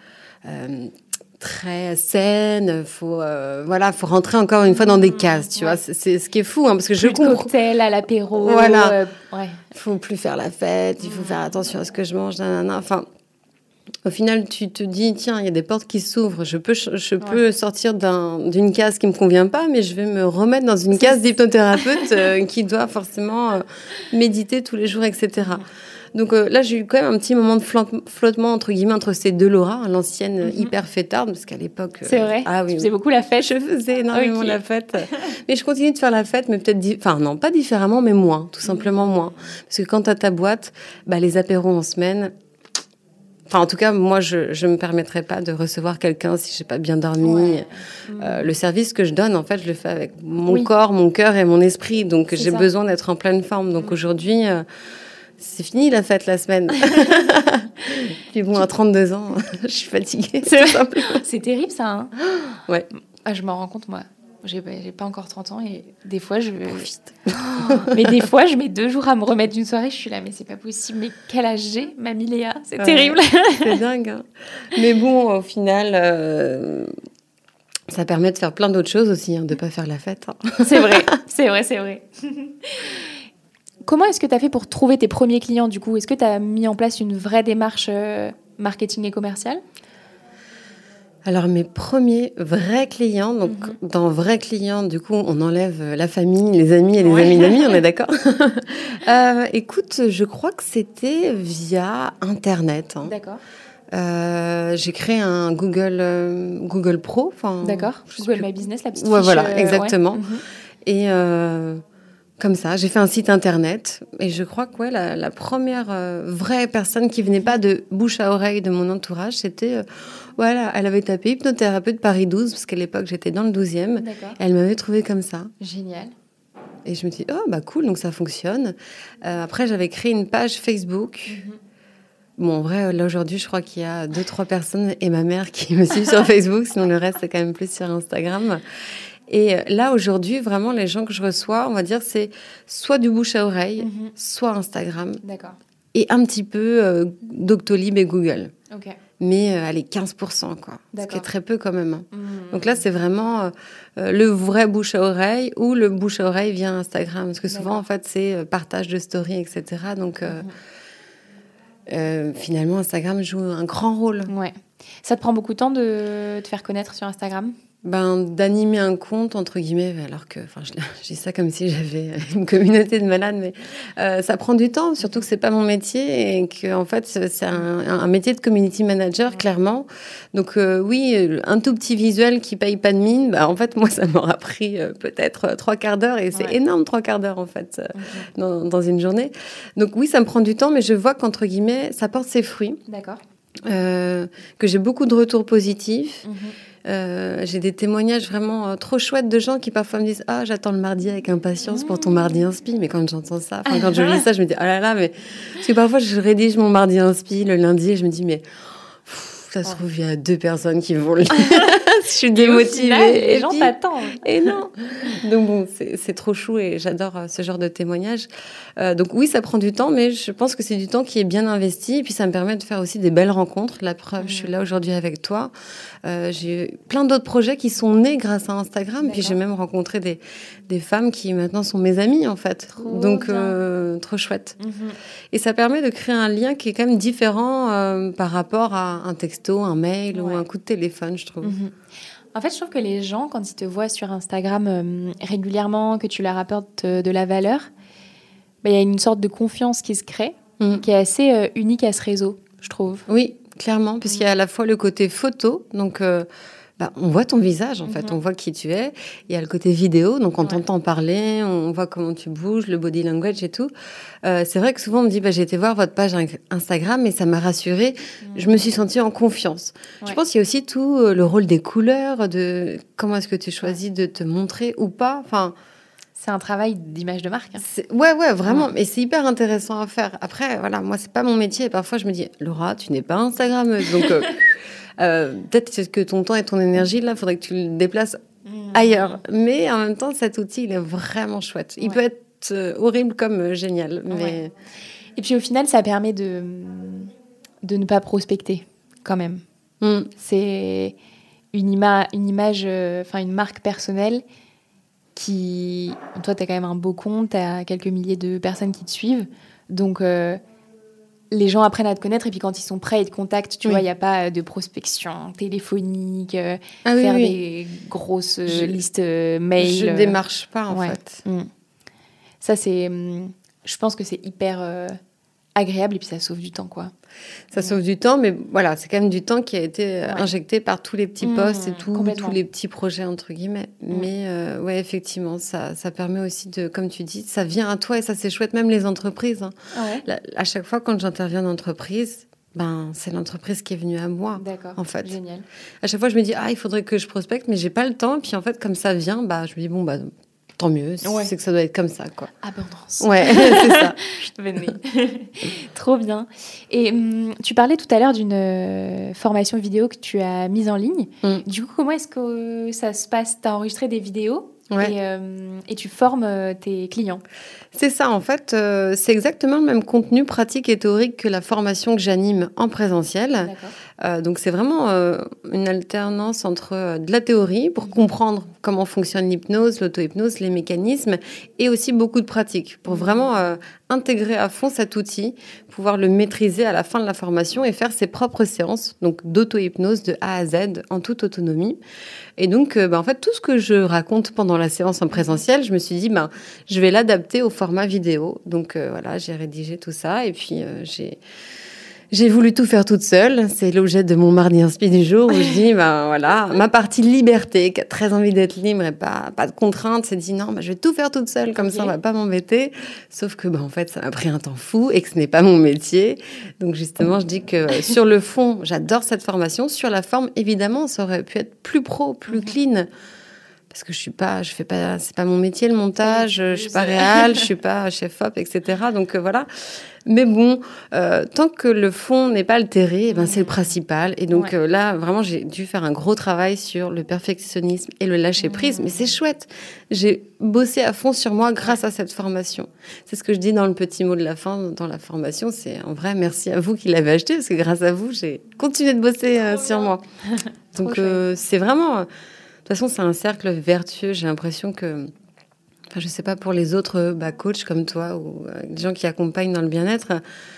très saine. Faut rentrer encore une fois dans des cases, tu vois. C'est ce qui est fou, hein, parce que je comprends. Cocktail à l'apéro. Voilà. Ouais. Faut plus faire la fête, il faut faire attention à ce que je mange, nanana. Enfin, au final, tu te dis, tiens, il y a des portes qui s'ouvrent. Je peux sortir d'une case qui me convient pas, mais je vais me remettre dans une case d'hypnothérapeute qui doit forcément méditer tous les jours, etc. Donc là, j'ai eu quand même un petit moment de flottement, entre guillemets, entre ces deux Laura, hein, l'ancienne hyper fêtarde, parce qu'à l'époque... C'est vrai, ah, oui, tu faisais beaucoup la fête. Je faisais énormément la fête. Mais je continue de faire la fête, mais peut-être... Enfin, non, pas différemment, mais moins, tout simplement moins. Parce que quand tu as ta boîte, les apéros en semaine... Enfin, en tout cas, moi, je ne me permettrais pas de recevoir quelqu'un si je n'ai pas bien dormi. Le service que je donne, en fait, je le fais avec mon corps, mon cœur et mon esprit. Donc, j'ai besoin d'être en pleine forme. Donc, aujourd'hui... c'est fini la fête la semaine. Puis bon, à 32 ans, je suis fatiguée. C'est terrible ça. Hein. Ouais. Ah, je m'en rends compte, moi. J'ai pas encore 30 ans et des fois, mais des fois, je mets 2 jours à me remettre d'une soirée. Je suis là, mais c'est pas possible. Mais quel âge j'ai, mamie Léa? C'est terrible. C'est dingue. Hein. Mais bon, au final... ça permet de faire plein d'autres choses aussi, hein, de pas faire la fête. Hein. C'est vrai. Comment est-ce que tu as fait pour trouver tes premiers clients, du coup? Est-ce que tu as mis en place une vraie démarche marketing et commerciale? Alors, mes premiers vrais clients, donc dans vrais clients, du coup, on enlève la famille, les amis et les amis d'amis, on est d'accord? Écoute, je crois que c'était via Internet. Hein. D'accord. J'ai créé un Google Pro. D'accord. Google My Business, la petite fiche. Voilà, exactement. Et... comme ça, j'ai fait un site internet et je crois que la première vraie personne qui venait pas de bouche à oreille de mon entourage, c'était, elle avait tapé hypnothérapeute Paris 12, parce qu'à l'époque j'étais dans le 12e, et elle m'avait trouvé comme ça. Génial. Et je me dis, cool, donc ça fonctionne. Après, j'avais créé une page Facebook. Bon, en vrai, là aujourd'hui, je crois qu'il y a 2-3 personnes et ma mère qui me suivent sur Facebook, sinon le reste, c'est quand même plus sur Instagram. Et là, aujourd'hui, vraiment, les gens que je reçois, on va dire, c'est soit du bouche à oreille, soit Instagram. D'accord. Et un petit peu Doctolib et Google. Ok. Mais allez, 15%, quoi. Ce qui est très peu quand même. Hein. Donc là, c'est vraiment le vrai bouche à oreille ou le bouche à oreille via Instagram. Parce que souvent, en fait, c'est partage de stories, etc. Donc, finalement, Instagram joue un grand rôle. Ouais. Ça te prend beaucoup de temps de te faire connaître sur Instagram ? D'animer un compte, entre guillemets, alors que, je dis ça comme si j'avais une communauté de malades, mais ça prend du temps, surtout que c'est pas mon métier et que, en fait, c'est un métier de community manager, clairement. Donc, oui, un tout petit visuel qui paye pas de mine, en fait, moi, ça m'aura pris peut-être 3 quarts d'heure et c'est énorme, 3 quarts d'heure, en fait, dans une journée. Donc, oui, ça me prend du temps, mais je vois qu'entre guillemets, ça porte ses fruits. D'accord. Que j'ai beaucoup de retours positifs. J'ai des témoignages vraiment trop chouettes de gens qui parfois me disent j'attends le mardi avec impatience pour ton mardi inspi. Mais quand j'entends ça, quand je lis ça, je me dis oh là là, mais parce que parfois je rédige mon mardi inspi le lundi et je me dis mais ça se trouve il y a 2 personnes qui vont le lire. Je suis démotivée. Les gens t'attendent. Et non. Donc bon, c'est trop chou et j'adore ce genre de témoignages. Donc oui, ça prend du temps, mais je pense que c'est du temps qui est bien investi. Et puis ça me permet de faire aussi des belles rencontres. La preuve, je suis là aujourd'hui avec toi. J'ai plein d'autres projets qui sont nés grâce à Instagram. D'accord. Puis j'ai même rencontré des femmes qui maintenant sont mes amies en fait. Donc trop chouette. Et ça permet de créer un lien qui est quand même différent par rapport à un texto, un mail ou un coup de téléphone, je trouve. En fait, je trouve que les gens, quand ils te voient sur Instagram régulièrement, que tu leur apportes de la valeur, il y a une sorte de confiance qui se crée, qui est assez unique à ce réseau, je trouve. Oui, clairement, puisqu'il y a à la fois le côté photo, donc on voit ton visage, en fait, on voit qui tu es. Il y a le côté vidéo, donc on t'entend parler, on voit comment tu bouges, le body language et tout. C'est vrai que souvent, on me dit, j'ai été voir votre page Instagram et ça m'a rassurée. Je me suis sentie en confiance. Ouais. Je pense qu'il y a aussi tout le rôle des couleurs, de comment est-ce que tu choisis de te montrer ou pas. C'est un travail d'image de marque. Ouais, vraiment. Mais c'est hyper intéressant à faire. Après, voilà, moi, c'est pas mon métier. Et parfois, je me dis, Laura, tu n'es pas Instagrammeuse. Donc, peut-être que ton temps et ton énergie, là, il faudrait que tu le déplaces ailleurs. Mais en même temps, cet outil, il est vraiment chouette. Il peut être horrible comme génial. Mais... Et puis, au final, ça permet de ne pas prospecter, quand même. C'est une image, une marque personnelle qui... Toi, tu as quand même un beau compte, tu as quelques milliers de personnes qui te suivent. Donc, les gens apprennent à te connaître et puis quand ils sont prêts, ils te contactent. Tu vois, il n'y a pas de prospection téléphonique, faire des grosses listes mail. Je ne démarche pas, en fait. Ça, c'est... je pense que c'est hyper... agréable et puis ça sauve du temps, quoi. Ça sauve du temps, mais voilà, c'est quand même du temps qui a été injecté par tous les petits posts et tous les petits projets, entre guillemets. Mais effectivement, ça permet aussi de, comme tu dis, ça vient à toi et ça, c'est chouette, même les entreprises. Hein. À chaque fois, quand j'interviens en entreprise, c'est l'entreprise qui est venue à moi. D'accord, en fait. Génial. À chaque fois, je me dis, il faudrait que je prospecte, mais j'ai pas le temps. Puis en fait, comme ça vient, je me dis, tant mieux, c'est que ça doit être comme ça, quoi. Abondance. Ouais, c'est ça. Venez. Trop bien. Et tu parlais tout à l'heure d'une formation vidéo que tu as mise en ligne. Du coup, comment est-ce que ça se passe ? Tu as enregistré des vidéos et tu formes tes clients. C'est ça, en fait. C'est exactement le même contenu pratique et théorique que la formation que j'anime en présentiel. D'accord. Donc, c'est vraiment une alternance entre de la théorie pour comprendre comment fonctionne l'hypnose, l'auto-hypnose, les mécanismes et aussi beaucoup de pratique pour vraiment intégrer à fond cet outil, pouvoir le maîtriser à la fin de la formation et faire ses propres séances donc d'auto-hypnose de A à Z en toute autonomie. Et donc, en fait, tout ce que je raconte pendant la séance en présentiel, je me suis dit, je vais l'adapter au format vidéo. Donc, voilà, j'ai rédigé tout ça et puis j'ai voulu tout faire toute seule. C'est l'objet de mon mardi inspi du jour où je dis, voilà, ma partie liberté, qui a très envie d'être libre et pas de contraintes, c'est dit non, je vais tout faire toute seule, comme ça on va pas m'embêter. Sauf que, en fait, ça m'a pris un temps fou et que ce n'est pas mon métier. Donc, justement, je dis que sur le fond, j'adore cette formation. Sur la forme, évidemment, ça aurait pu être plus pro, plus clean. Parce que c'est pas mon métier, le montage, je suis pas réal, je suis pas chef op, etc. Donc, voilà. Mais bon, tant que le fond n'est pas altéré, c'est le principal. Et donc là, vraiment, j'ai dû faire un gros travail sur le perfectionnisme et le lâcher-prise. Mais c'est chouette. J'ai bossé à fond sur moi grâce à cette formation. C'est ce que je dis dans le petit mot de la fin, dans la formation. C'est en vrai, merci à vous qui l'avez acheté, parce que grâce à vous, j'ai continué de bosser sur moi. Donc, c'est vraiment... De toute façon, c'est un cercle vertueux. J'ai l'impression que... je ne sais pas pour les autres coachs comme toi ou les gens qui accompagnent dans le bien-être,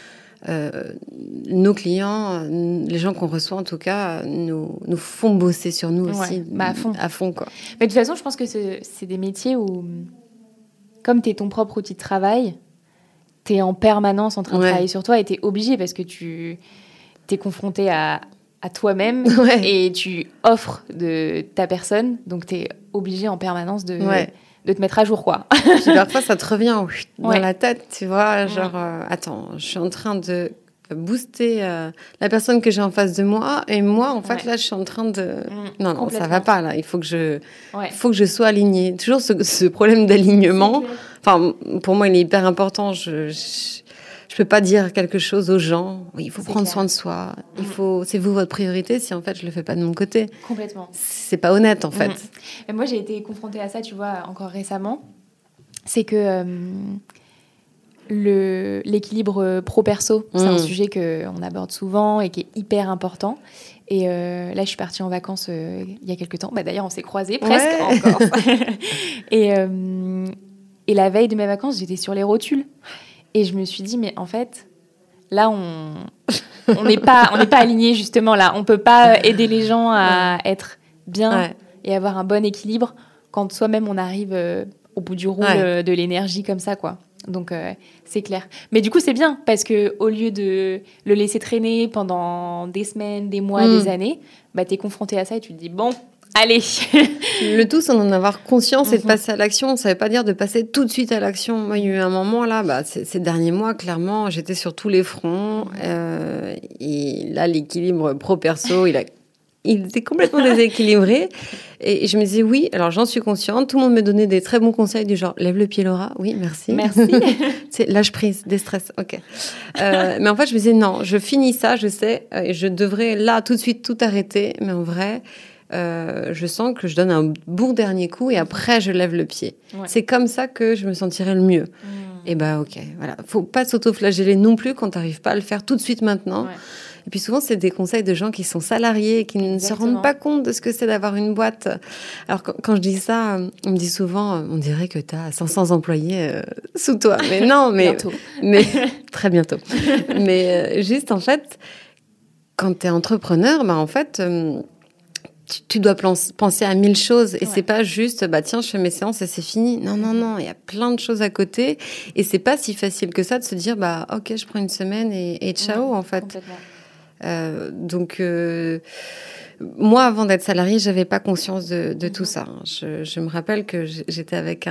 nos clients, les gens qu'on reçoit en tout cas, nous font bosser sur nous aussi à fond, quoi. Mais de toute façon, je pense que c'est des métiers où, comme tu es ton propre outil de travail, tu es en permanence en train de travailler sur toi et tu es obligé parce que tu es confronté à toi-même et tu offres de ta personne, donc tu es obligé en permanence de te mettre à jour, quoi. Puis parfois, ça te revient dans la tête, tu vois, genre, attends, je suis en train de booster la personne que j'ai en face de moi, et moi, en fait, là, je suis en train de... Non, ça va pas, là, il faut que je sois alignée. Toujours ce problème d'alignement, enfin, pour moi, il est hyper important. Je peux pas dire quelque chose aux gens. Oui, il faut prendre soin de soi. C'est vous votre priorité si en fait je le fais pas de mon côté. Complètement. C'est pas honnête en fait. Mais moi j'ai été confrontée à ça, tu vois, encore récemment. C'est que l'équilibre pro-perso, c'est un sujet qu'on aborde souvent et qui est hyper important. Et là, je suis partie en vacances il y a quelques temps. D'ailleurs, on s'est croisés presque encore. Et la veille de mes vacances, j'étais sur les rotules. Et je me suis dit, mais en fait, là, on n'est pas alignés, justement, là. On ne peut pas aider les gens à être bien et avoir un bon équilibre quand soi-même, on arrive au bout du rôle de l'énergie comme ça, quoi. Donc, c'est clair. Mais du coup, c'est bien, parce qu'au lieu de le laisser traîner pendant des semaines, des mois, des années, tu es confronté à ça et tu te dis, bon... Allez. Le tout, c'est d'en avoir conscience et de passer à l'action. Ça ne veut pas dire de passer tout de suite à l'action. Moi, il y a eu un moment, là, ces derniers mois, clairement, j'étais sur tous les fronts. Et là, l'équilibre pro-perso, il a il était complètement déséquilibré. Et je me disais oui, alors j'en suis consciente. Tout le monde me donnait des très bons conseils du genre lève le pied Laura, oui merci. Merci. C'est lâche prise, déstress, ok. Mais en fait je me disais non, je finis ça, je sais, et je devrais là tout de suite tout arrêter. Mais en vrai, je sens que je donne un bon dernier coup et après je lève le pied. Ouais. C'est comme ça que je me sentirais le mieux. Et bah ok, voilà. Faut pas s'auto-flageller non plus quand t'arrives pas à le faire tout de suite maintenant. Ouais. Et puis souvent, c'est des conseils de gens qui sont salariés et qui ne se rendent pas compte de ce que c'est d'avoir une boîte. Alors, quand je dis ça, on me dit souvent, on dirait que tu as 500 employés sous toi. Mais non, bientôt. Mais très bientôt. Mais juste, en fait, quand tu es entrepreneur, bah, en fait... tu dois penser à 1000 choses et c'est pas juste tiens je fais mes séances et c'est fini. Non, il y a plein de choses à côté et c'est pas si facile que ça de se dire ok je prends une semaine et ciao en fait. Donc moi avant d'être salariée j'avais pas conscience de tout ça. Je me rappelle que j'étais avec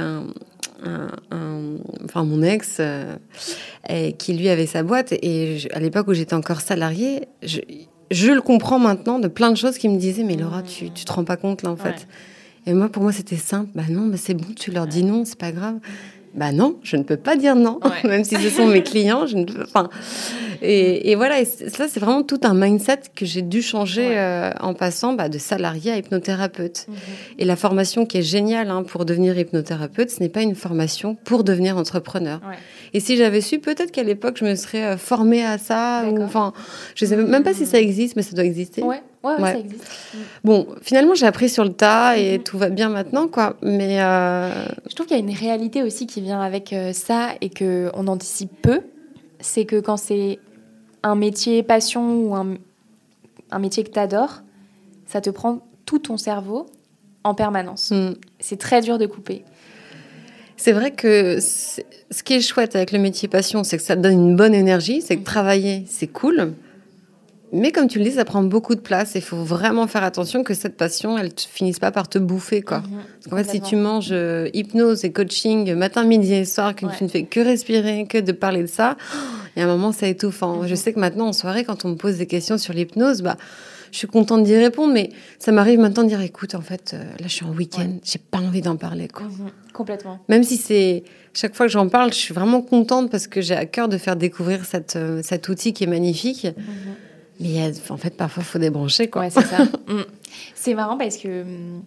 mon ex qui lui avait sa boîte et à l'époque où j'étais encore salariée je le comprends maintenant de plein de choses qui me disaient mais Laura tu te rends pas compte là en fait. Ouais. Et moi pour moi c'était simple, non c'est bon, tu leur dis non, c'est pas grave. Non, je ne peux pas dire non, ouais. Même si ce sont mes clients, je ne peux pas. Et voilà, et ça c'est vraiment tout un mindset que j'ai dû changer en passant de salarié à hypnothérapeute. Et la formation qui est géniale pour devenir hypnothérapeute, ce n'est pas une formation pour devenir entrepreneur. Ouais. Et si j'avais su, peut-être qu'à l'époque je me serais formée à ça. Je ne sais même pas si ça existe, mais ça doit exister. Ouais, ça existe. Bon, finalement, j'ai appris sur le tas et tout va bien maintenant, quoi. Mais je trouve qu'il y a une réalité aussi qui vient avec ça et qu'on anticipe peu. C'est que quand c'est un métier passion ou un métier que tu adores, ça te prend tout ton cerveau en permanence. C'est très dur de couper. C'est vrai que ce qui est chouette avec le métier passion, c'est que ça te donne une bonne énergie, c'est que travailler, c'est cool. Mais comme tu le dis, ça prend beaucoup de place et il faut vraiment faire attention que cette passion, elle ne finisse pas par te bouffer, quoi. Parce qu'en fait, si tu manges hypnose et coaching matin, midi et soir, que tu ne fais que respirer, que de parler de ça, il y a un moment, c'est étouffant. Je sais que maintenant, en soirée, quand on me pose des questions sur l'hypnose, je suis contente d'y répondre, mais ça m'arrive maintenant de dire, écoute, en fait, là, je suis en week-end, j'ai pas envie d'en parler, quoi. Complètement. Même si c'est... Chaque fois que j'en parle, je suis vraiment contente parce que j'ai à cœur de faire découvrir cet outil qui est magnifique. Mais en fait, parfois, il faut débrancher, quoi. Ouais, c'est ça. C'est marrant parce que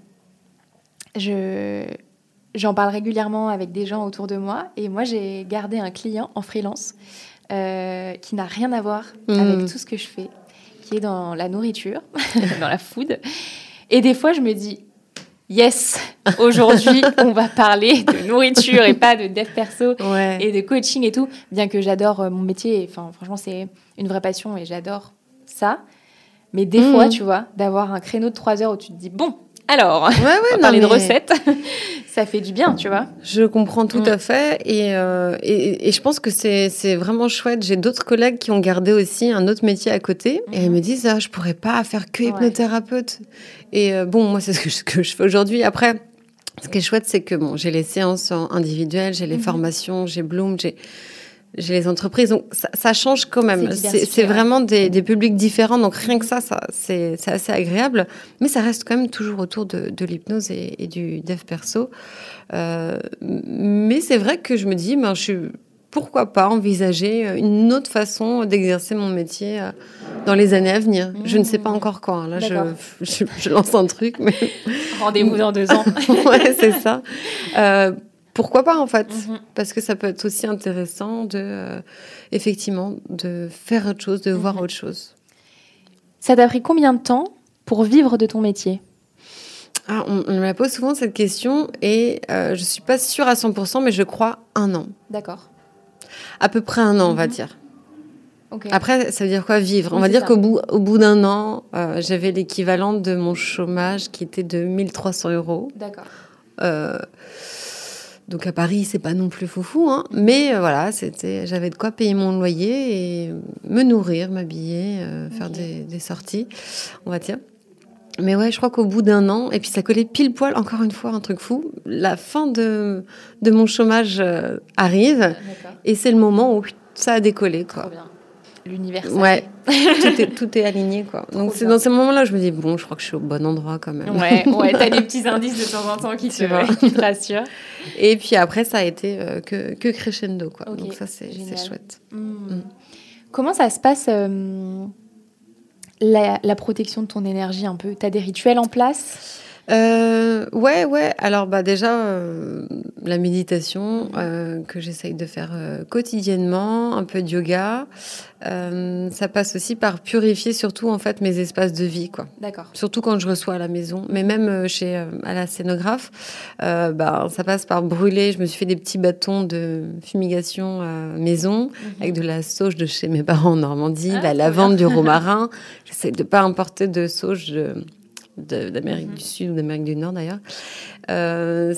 j'en parle régulièrement avec des gens autour de moi. Et moi, j'ai gardé un client en freelance qui n'a rien à voir avec tout ce que je fais, qui est dans la nourriture, dans la food. Et des fois, je me dis, yes, aujourd'hui, on va parler de nourriture et pas de dev perso et de coaching et tout. Bien que j'adore mon métier. Enfin, franchement, c'est une vraie passion et j'adore ça, mais des fois, tu vois, d'avoir un créneau de 3 heures où tu te dis, bon, alors, on va parler de recettes, ça fait du bien, tu vois. Je comprends tout à fait, et je pense que c'est vraiment chouette. J'ai d'autres collègues qui ont gardé aussi un autre métier à côté, et elles me disent, je pourrais pas faire que hypnothérapeute. Et moi, c'est ce que je fais aujourd'hui. Après, ce qui est chouette, c'est que j'ai les séances individuelles, j'ai les formations, j'ai Bloom, j'ai les entreprises, donc ça change quand même. C'est vraiment des publics différents, donc rien que ça c'est assez agréable. Mais ça reste quand même toujours autour de l'hypnose et du dev perso. Mais c'est vrai que je me dis, pourquoi pas envisager une autre façon d'exercer mon métier dans les années à venir. Je ne sais pas encore quand. Là, je lance un truc. Mais... Rendez-vous dans 2 ans. Ouais, c'est ça. Pourquoi pas, en fait, parce que ça peut être aussi intéressant effectivement, de faire autre chose, de voir autre chose. Ça t'a pris combien de temps pour vivre de ton métier ? On me la pose souvent, cette question, et je ne suis pas sûre à 100%, mais je crois 1 an. D'accord. À peu près 1 an, on va dire. Okay. Après, ça veut dire quoi, vivre ? On va dire qu'au bout d'1 an, j'avais l'équivalent de mon chômage qui était de 1 300 €. D'accord. Donc à Paris, c'est pas non plus foufou, hein. Mais voilà, j'avais de quoi payer mon loyer et me nourrir, m'habiller, faire des sorties, on va dire. Mais ouais, je crois qu'au bout d'1 an, et puis ça collait pile poil, encore une fois, un truc fou, la fin de mon chômage arrive, et c'est le moment où ça a décollé, quoi. Trop bien. l'univers. Ouais, tout est aligné, quoi. Donc c'est dans ces moments-là que je me dis, bon, je crois que je suis au bon endroit quand même. Ouais, t'as des petits indices de temps en temps qui te rassurent. Et puis après, ça a été que crescendo, quoi. Okay, donc ça, c'est chouette. Comment ça se passe, la protection de ton énergie un peu? T'as des rituels en place? Ouais. Alors déjà la méditation que j'essaye de faire quotidiennement, un peu de yoga. Ça passe aussi par purifier surtout en fait mes espaces de vie, quoi. D'accord. Surtout quand je reçois à la maison, mais même à la scénographe, ça passe par brûler. Je me suis fait des petits bâtons de fumigation maison avec de la sauge de chez mes parents en Normandie, la lavande, du romarin. J'essaie de pas importer de sauge d'Amérique du Sud ou d'Amérique du Nord d'ailleurs. Je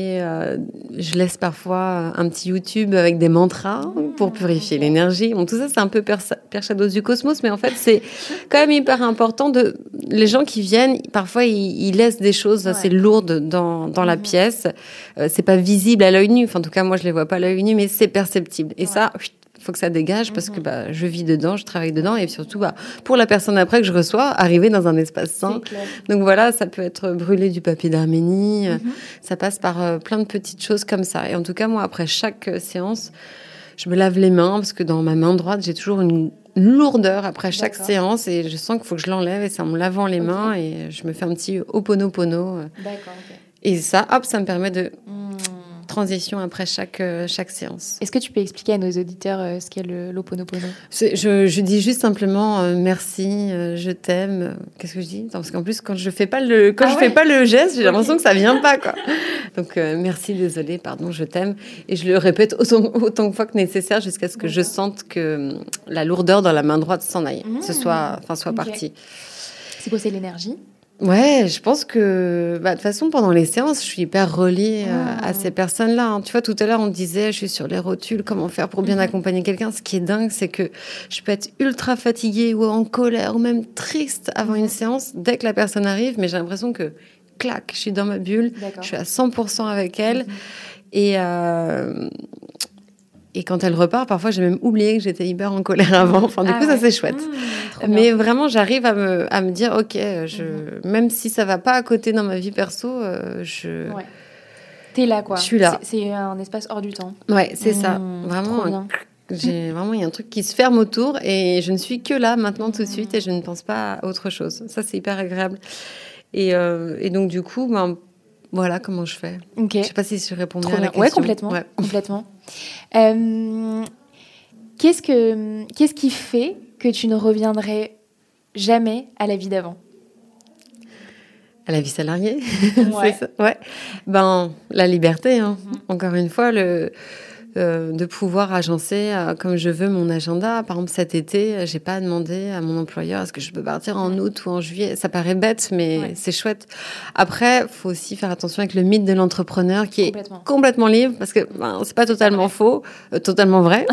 laisse parfois un petit YouTube avec des mantras pour purifier l'énergie. Bon, tout ça, c'est un peu perchados du cosmos, mais en fait, c'est quand même hyper important. Les gens qui viennent, parfois, ils laissent des choses assez lourdes dans la pièce. C'est pas visible à l'œil nu. Enfin, en tout cas, moi, je les vois pas à l'œil nu, mais c'est perceptible. Et ça, faut que ça dégage parce que je vis dedans, je travaille dedans et surtout pour la personne après que je reçois, arriver dans un espace sain. Donc voilà, ça peut être brûler du papier d'Arménie, ça passe par plein de petites choses comme ça. Et en tout cas, moi, après chaque séance, je me lave les mains parce que dans ma main droite, j'ai toujours une lourdeur après chaque séance et je sens qu'il faut que je l'enlève et c'est en me lavant les mains et je me fais un petit Ho'oponopono. D'accord, Et ça, ça me permet de... transition après chaque séance. Est-ce que tu peux expliquer à nos auditeurs ce qu'est l'Ho'oponopono? Je dis juste simplement merci, je t'aime. Qu'est-ce que je dis? Parce qu'en plus, quand je fais pas le geste, j'ai l'impression que ça vient pas, quoi. Donc merci, désolé, pardon, je t'aime. Et je le répète autant de fois que nécessaire jusqu'à ce que je sente que la lourdeur dans la main droite s'en aille, soit partie. C'est quoi, c'est l'énergie? Ouais, je pense que de toute façon, pendant les séances, je suis hyper reliée à ces personnes-là. Hein. Tu vois, tout à l'heure, on disait, je suis sur les rotules, comment faire pour bien accompagner quelqu'un. Ce qui est dingue, c'est que je peux être ultra fatiguée ou en colère ou même triste avant une séance dès que la personne arrive, mais j'ai l'impression que, clac, je suis dans ma bulle, je suis à 100% avec elle. Et quand elle repart, parfois, j'ai même oublié que j'étais hyper en colère avant. Enfin, du coup, ça, c'est chouette. Mais vraiment, j'arrive à me dire, OK, même si ça va pas à côté dans ma vie perso, T'es là, quoi. Je suis là. C'est un espace hors du temps. Ouais, c'est ça. Vraiment, il y a un truc qui se ferme autour et je ne suis que là, maintenant, tout de suite, et je ne pense pas à autre chose. Ça, c'est hyper agréable. Et donc, du coup, voilà comment je fais. Okay. Je sais pas si je réponds bien à la question. Ouais, complètement. Qu'est-ce qui fait que tu ne reviendrais jamais à la vie d'avant? À la vie salariée. C'est ça. Ouais. La liberté, hein. Encore une fois, de pouvoir agencer comme je veux mon agenda. Par exemple, cet été, j'ai pas demandé à mon employeur est-ce que je peux partir en août ou en juillet. Ça paraît bête, mais c'est chouette. Après, faut aussi faire attention avec le mythe de l'entrepreneur qui est complètement libre parce que c'est pas totalement faux, totalement vrai.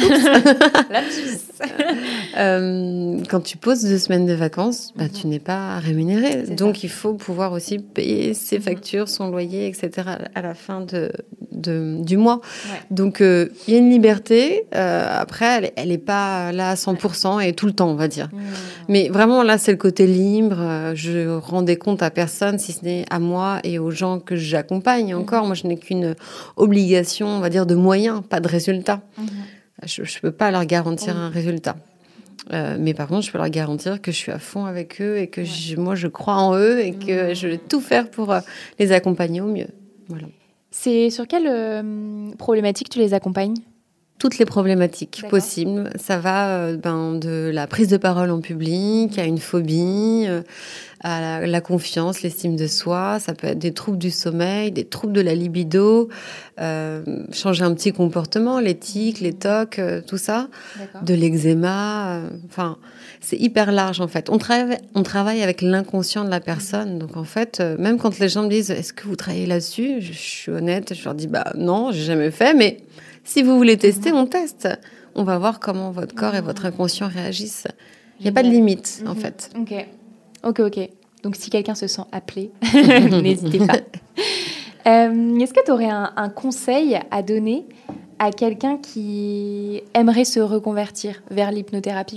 Quand tu poses 2 semaines de vacances, tu n'es pas rémunéré. Donc, il faut pouvoir aussi payer ses factures, son loyer, etc. à la fin du mois. Ouais. Donc, il y a une liberté. Après, elle n'est pas là à 100% et tout le temps, on va dire. Mais vraiment, là, c'est le côté libre. Je rends des comptes à personne, si ce n'est à moi et aux gens que j'accompagne. Encore, moi, je n'ai qu'une obligation, on va dire, de moyens, pas de résultat. Je ne peux pas leur garantir un résultat. Mais par contre, je peux leur garantir que je suis à fond avec eux et que moi, je crois en eux et que je vais tout faire pour les accompagner au mieux. Voilà. C'est sur quelle problématique tu les accompagnes ? Toutes les problématiques possibles. Ça va de la prise de parole en public à une phobie, à la confiance, l'estime de soi. Ça peut être des troubles du sommeil, des troubles de la libido, changer un petit comportement, les tics, les tocs, tout ça. De l'eczéma. C'est hyper large en fait. On travaille avec l'inconscient de la personne. Donc en fait, même quand les gens me disent « Est-ce que vous travaillez là-dessus ?» Je suis honnête, je leur dis « Non, j'ai jamais fait, mais... » Si vous voulez tester, on teste. On va voir comment votre corps et votre inconscient réagissent. Il n'y a pas de limite, en fait. Ok. Donc, si quelqu'un se sent appelé, n'hésitez pas. Est-ce que tu aurais un conseil à donner à quelqu'un qui aimerait se reconvertir vers l'hypnothérapie ou pas ?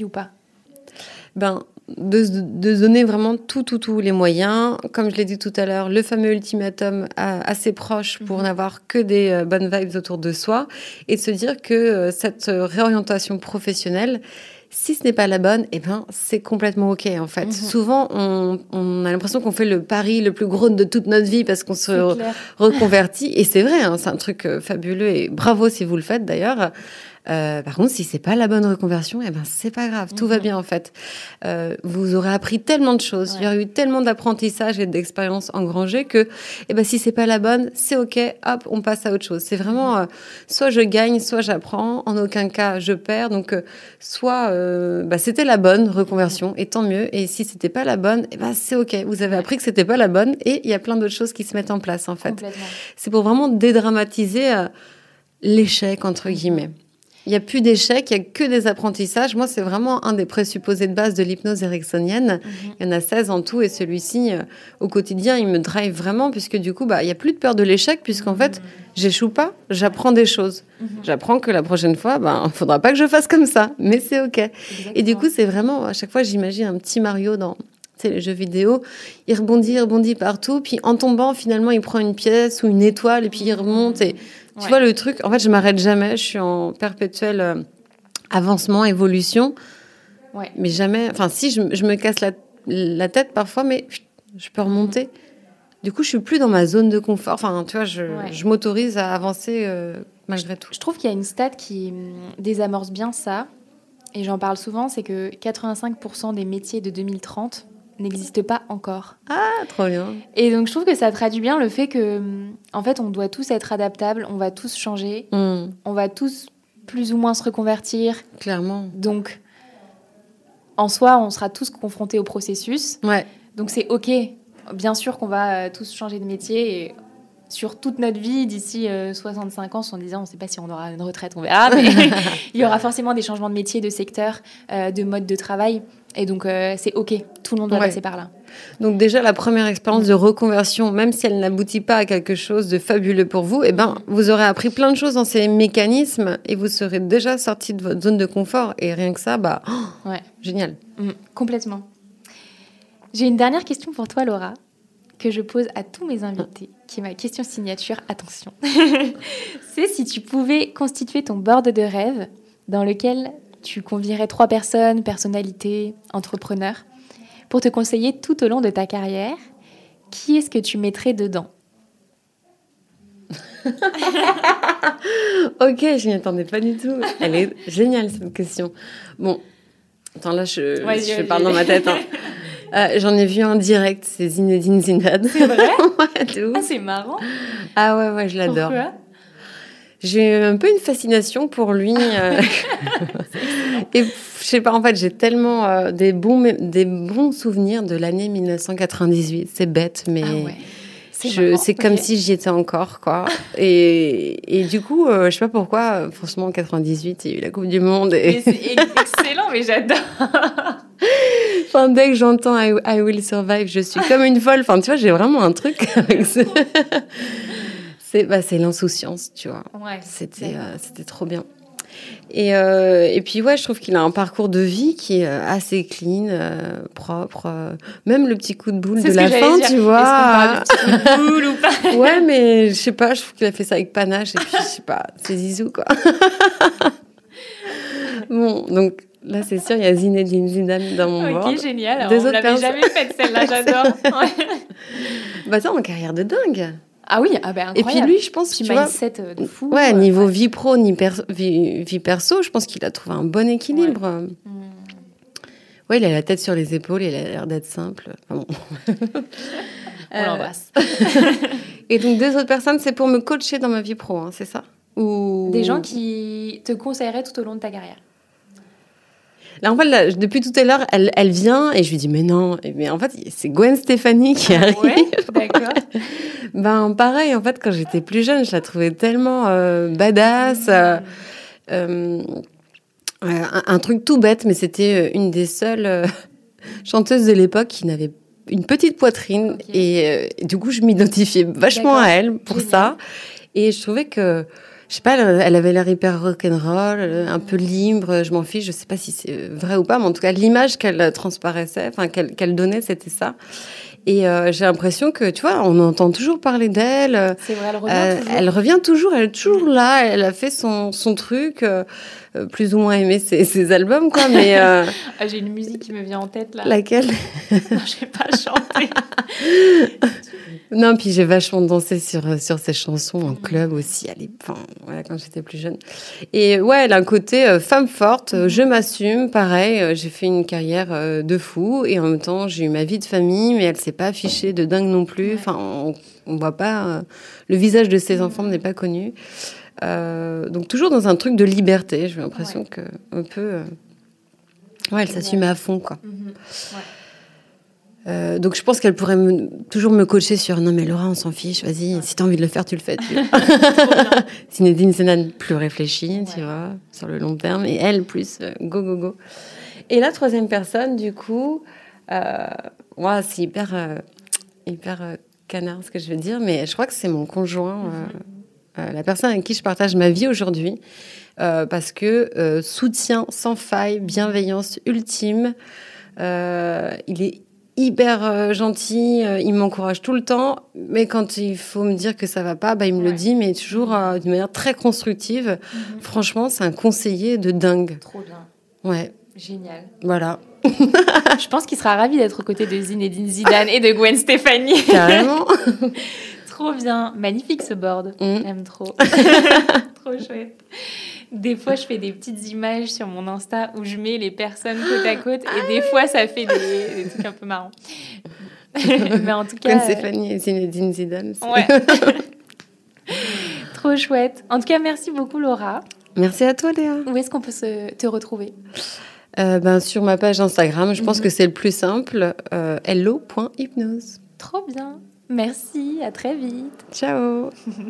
De donner vraiment tous les moyens. Comme je l'ai dit tout à l'heure, le fameux ultimatum assez proche pour n'avoir que des bonnes vibes autour de soi et de se dire que cette réorientation professionnelle, si ce n'est pas la bonne, c'est complètement OK, en fait. Souvent, on a l'impression qu'on fait le pari le plus gros de toute notre vie parce qu'on se reconvertit. Et c'est vrai, hein, c'est un truc fabuleux et bravo si vous le faites d'ailleurs. Par contre, si c'est pas la bonne reconversion, c'est pas grave, tout va bien en fait. Vous aurez appris tellement de choses, il y aura eu tellement d'apprentissage et d'expériences engrangées que, si c'est pas la bonne, c'est OK, hop, on passe à autre chose. C'est vraiment soit je gagne, soit j'apprends. En aucun cas, je perds. Donc, soit c'était la bonne reconversion et tant mieux. Et si c'était pas la bonne, c'est OK. Vous avez appris que c'était pas la bonne et il y a plein d'autres choses qui se mettent en place en fait. C'est pour vraiment dédramatiser l'échec entre guillemets. Il n'y a plus d'échecs, il n'y a que des apprentissages. Moi, c'est vraiment un des présupposés de base de l'hypnose ericksonienne. Il y en a 16 en tout et celui-ci, au quotidien, il me drive vraiment puisque du coup, il n'y a plus de peur de l'échec puisqu'en fait, j'échoue pas, j'apprends des choses. J'apprends que la prochaine fois, il ne faudra pas que je fasse comme ça, mais c'est OK. Exactement. Et du coup, c'est vraiment, à chaque fois, j'imagine un petit Mario dans les jeux vidéo. Il rebondit partout, puis en tombant, finalement, il prend une pièce ou une étoile et puis il remonte et... Tu vois le truc, en fait, je m'arrête jamais. Je suis en perpétuel avancement, évolution. Mais jamais... Enfin, si, je me casse la tête parfois, mais je peux remonter. Du coup, je suis plus dans ma zone de confort. Enfin, tu vois, je m'autorise à avancer malgré tout. Je trouve qu'il y a une stat qui désamorce bien ça, et j'en parle souvent, c'est que 85% des métiers de 2030 n'existe pas encore. Ah, trop bien. Et donc, je trouve que ça traduit bien le fait que, en fait, on doit tous être adaptables, on va tous changer, on va tous plus ou moins se reconvertir. Clairement. Donc, en soi, on sera tous confrontés au processus. Donc, c'est OK. Bien sûr qu'on va tous changer de métier et sur toute notre vie, d'ici 65 ans, en disant, on ne sait pas si on aura une retraite, on verra, mais il y aura forcément des changements de métier, de secteur, de mode de travail. Et donc, c'est OK. Tout le monde doit passer par là. Donc déjà, la première expérience de reconversion, même si elle n'aboutit pas à quelque chose de fabuleux pour vous, vous aurez appris plein de choses dans ces mécanismes et vous serez déjà sorti de votre zone de confort. Et rien que ça, génial. Complètement. J'ai une dernière question pour toi, Laura, que je pose à tous mes invités, qui est ma question signature. Attention. C'est si tu pouvais constituer ton board de rêve dans lequel tu convierais 3 personnes, personnalités, entrepreneurs, pour te conseiller tout au long de ta carrière, qui est-ce que tu mettrais dedans ? Ok, je n'y attendais pas du tout. Elle est géniale, cette question. Bon, attends, là, je parle dans ma tête. J'en ai vu un direct, c'est Zinedine Zidane. C'est vrai ? Ouais, de ouf. Ah, c'est marrant. Ah ouais, je l'adore. Pourquoi ? J'ai un peu une fascination pour lui. Et je sais pas, en fait, j'ai tellement des bons souvenirs de l'année 1998. C'est bête, mais c'est comme si j'y étais encore, quoi. Et du coup, je sais pas pourquoi, franchement, en 98, il y a eu la Coupe du Monde. Et c'est excellent, mais j'adore. Enfin, dès que j'entends I Will Survive, je suis comme une folle. Enfin, tu vois, j'ai vraiment un truc avec ça. C'est l'insouciance, tu vois. Ouais, c'était trop bien. Et puis, je trouve qu'il a un parcours de vie qui est assez clean, propre. Même le petit coup de boule de la fin, tu vois. Est-ce qu'on parle du petit coup de boule ou pas ? Ouais, mais je sais pas, je trouve qu'il a fait ça avec panache. Et puis, je sais pas, c'est zizou, quoi. Bon, donc là, c'est sûr, il y a Zinedine Zidane dans mon board. Ok, génial. Alors, on l'avait jamais faite, celle-là, j'adore. Ça, en carrière de dingue. Ah oui, incroyable. Et puis lui, je pense, tu vois, de fou. Ouais, niveau vie pro, ni vie perso, je pense qu'il a trouvé un bon équilibre. Ouais. Ouais, il a la tête sur les épaules, il a l'air d'être simple. Enfin, bon. On l'embrasse. Et donc, 2 autres personnes, c'est pour me coacher dans ma vie pro, hein, c'est ça ? Ou... Des gens qui te conseilleraient tout au long de ta carrière. Là, en fait, là, depuis tout à l'heure, elle vient et je lui dis, mais non. Mais en fait, c'est Gwen Stefani qui arrive. Ouais, d'accord. Pareil, en fait, quand j'étais plus jeune, je la trouvais tellement badass. Un truc tout bête, mais c'était une des seules chanteuses de l'époque qui n'avait une petite poitrine. Okay. Et du coup, je m'identifiais vachement à elle pour ça. Et je trouvais que je sais pas, elle avait l'air hyper rock'n'roll, un peu libre, je m'en fiche, je sais pas si c'est vrai ou pas, mais en tout cas, l'image qu'elle transparaissait, enfin, qu'elle donnait, c'était ça. Et j'ai l'impression que, tu vois, on entend toujours parler d'elle. C'est vrai, elle revient toujours. Elle revient toujours, elle est toujours là, elle a fait son truc, plus ou moins aimé ses albums, quoi, mais... J'ai une musique qui me vient en tête, là. Laquelle? Non, je vais pas chanter. Non, puis j'ai vachement dansé sur ses chansons en club aussi, voilà, quand j'étais plus jeune. Et ouais, elle a un côté femme forte, je m'assume, pareil, j'ai fait une carrière de fou, et en même temps, j'ai eu ma vie de famille, mais elle s'est pas affichée de dingue non plus. Enfin, on voit pas... le visage de ses enfants n'est pas connu. Donc toujours dans un truc de liberté, j'ai l'impression que un peu... ouais, elle s'assume à fond, quoi. Ouais. Donc je pense qu'elle pourrait toujours me coacher sur non mais Laura, on s'en fiche, vas-y, si t'as envie de le faire, tu le fais. Zinedine Zidane plus réfléchie, tu vois, sur le long terme, et elle plus go go go. Et la troisième personne, du coup, c'est hyper canard ce que je veux dire, mais je crois que c'est mon conjoint, la personne avec qui je partage ma vie aujourd'hui, parce que soutien sans faille, bienveillance ultime, il est hyper gentil, il m'encourage tout le temps, mais quand il faut me dire que ça va pas, il me le dit, mais toujours d'une manière très constructive. Franchement, c'est un conseiller de dingue. Trop bien. Ouais. Génial. Voilà. Je pense qu'il sera ravi d'être aux côtés de Zinedine Zidane et de Gwen Stefani. Carrément. Trop bien. Magnifique ce board. J'aime trop. Trop chouette. Des fois, je fais des petites images sur mon Insta où je mets les personnes côte à côte et des fois, ça fait des trucs un peu marrants. Mais en tout cas... Gwen Stefani et Zinedine Zidane. Ouais. Trop chouette. En tout cas, merci beaucoup, Laura. Merci à toi, Léa. Où est-ce qu'on peut te retrouver ? Sur ma page Instagram, je pense que c'est le plus simple. hello.hypnose. Trop bien. Merci, à très vite. Ciao.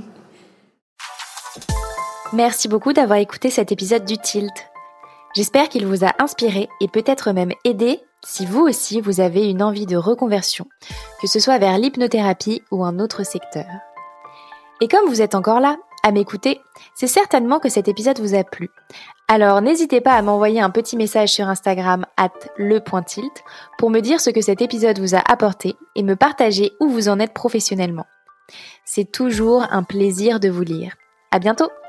Merci beaucoup d'avoir écouté cet épisode du Tilt. J'espère qu'il vous a inspiré et peut-être même aidé si vous aussi vous avez une envie de reconversion, que ce soit vers l'hypnothérapie ou un autre secteur. Et comme vous êtes encore là, à m'écouter, c'est certainement que cet épisode vous a plu. Alors n'hésitez pas à m'envoyer un petit message sur Instagram @le.tilt pour me dire ce que cet épisode vous a apporté et me partager où vous en êtes professionnellement. C'est toujours un plaisir de vous lire. À bientôt!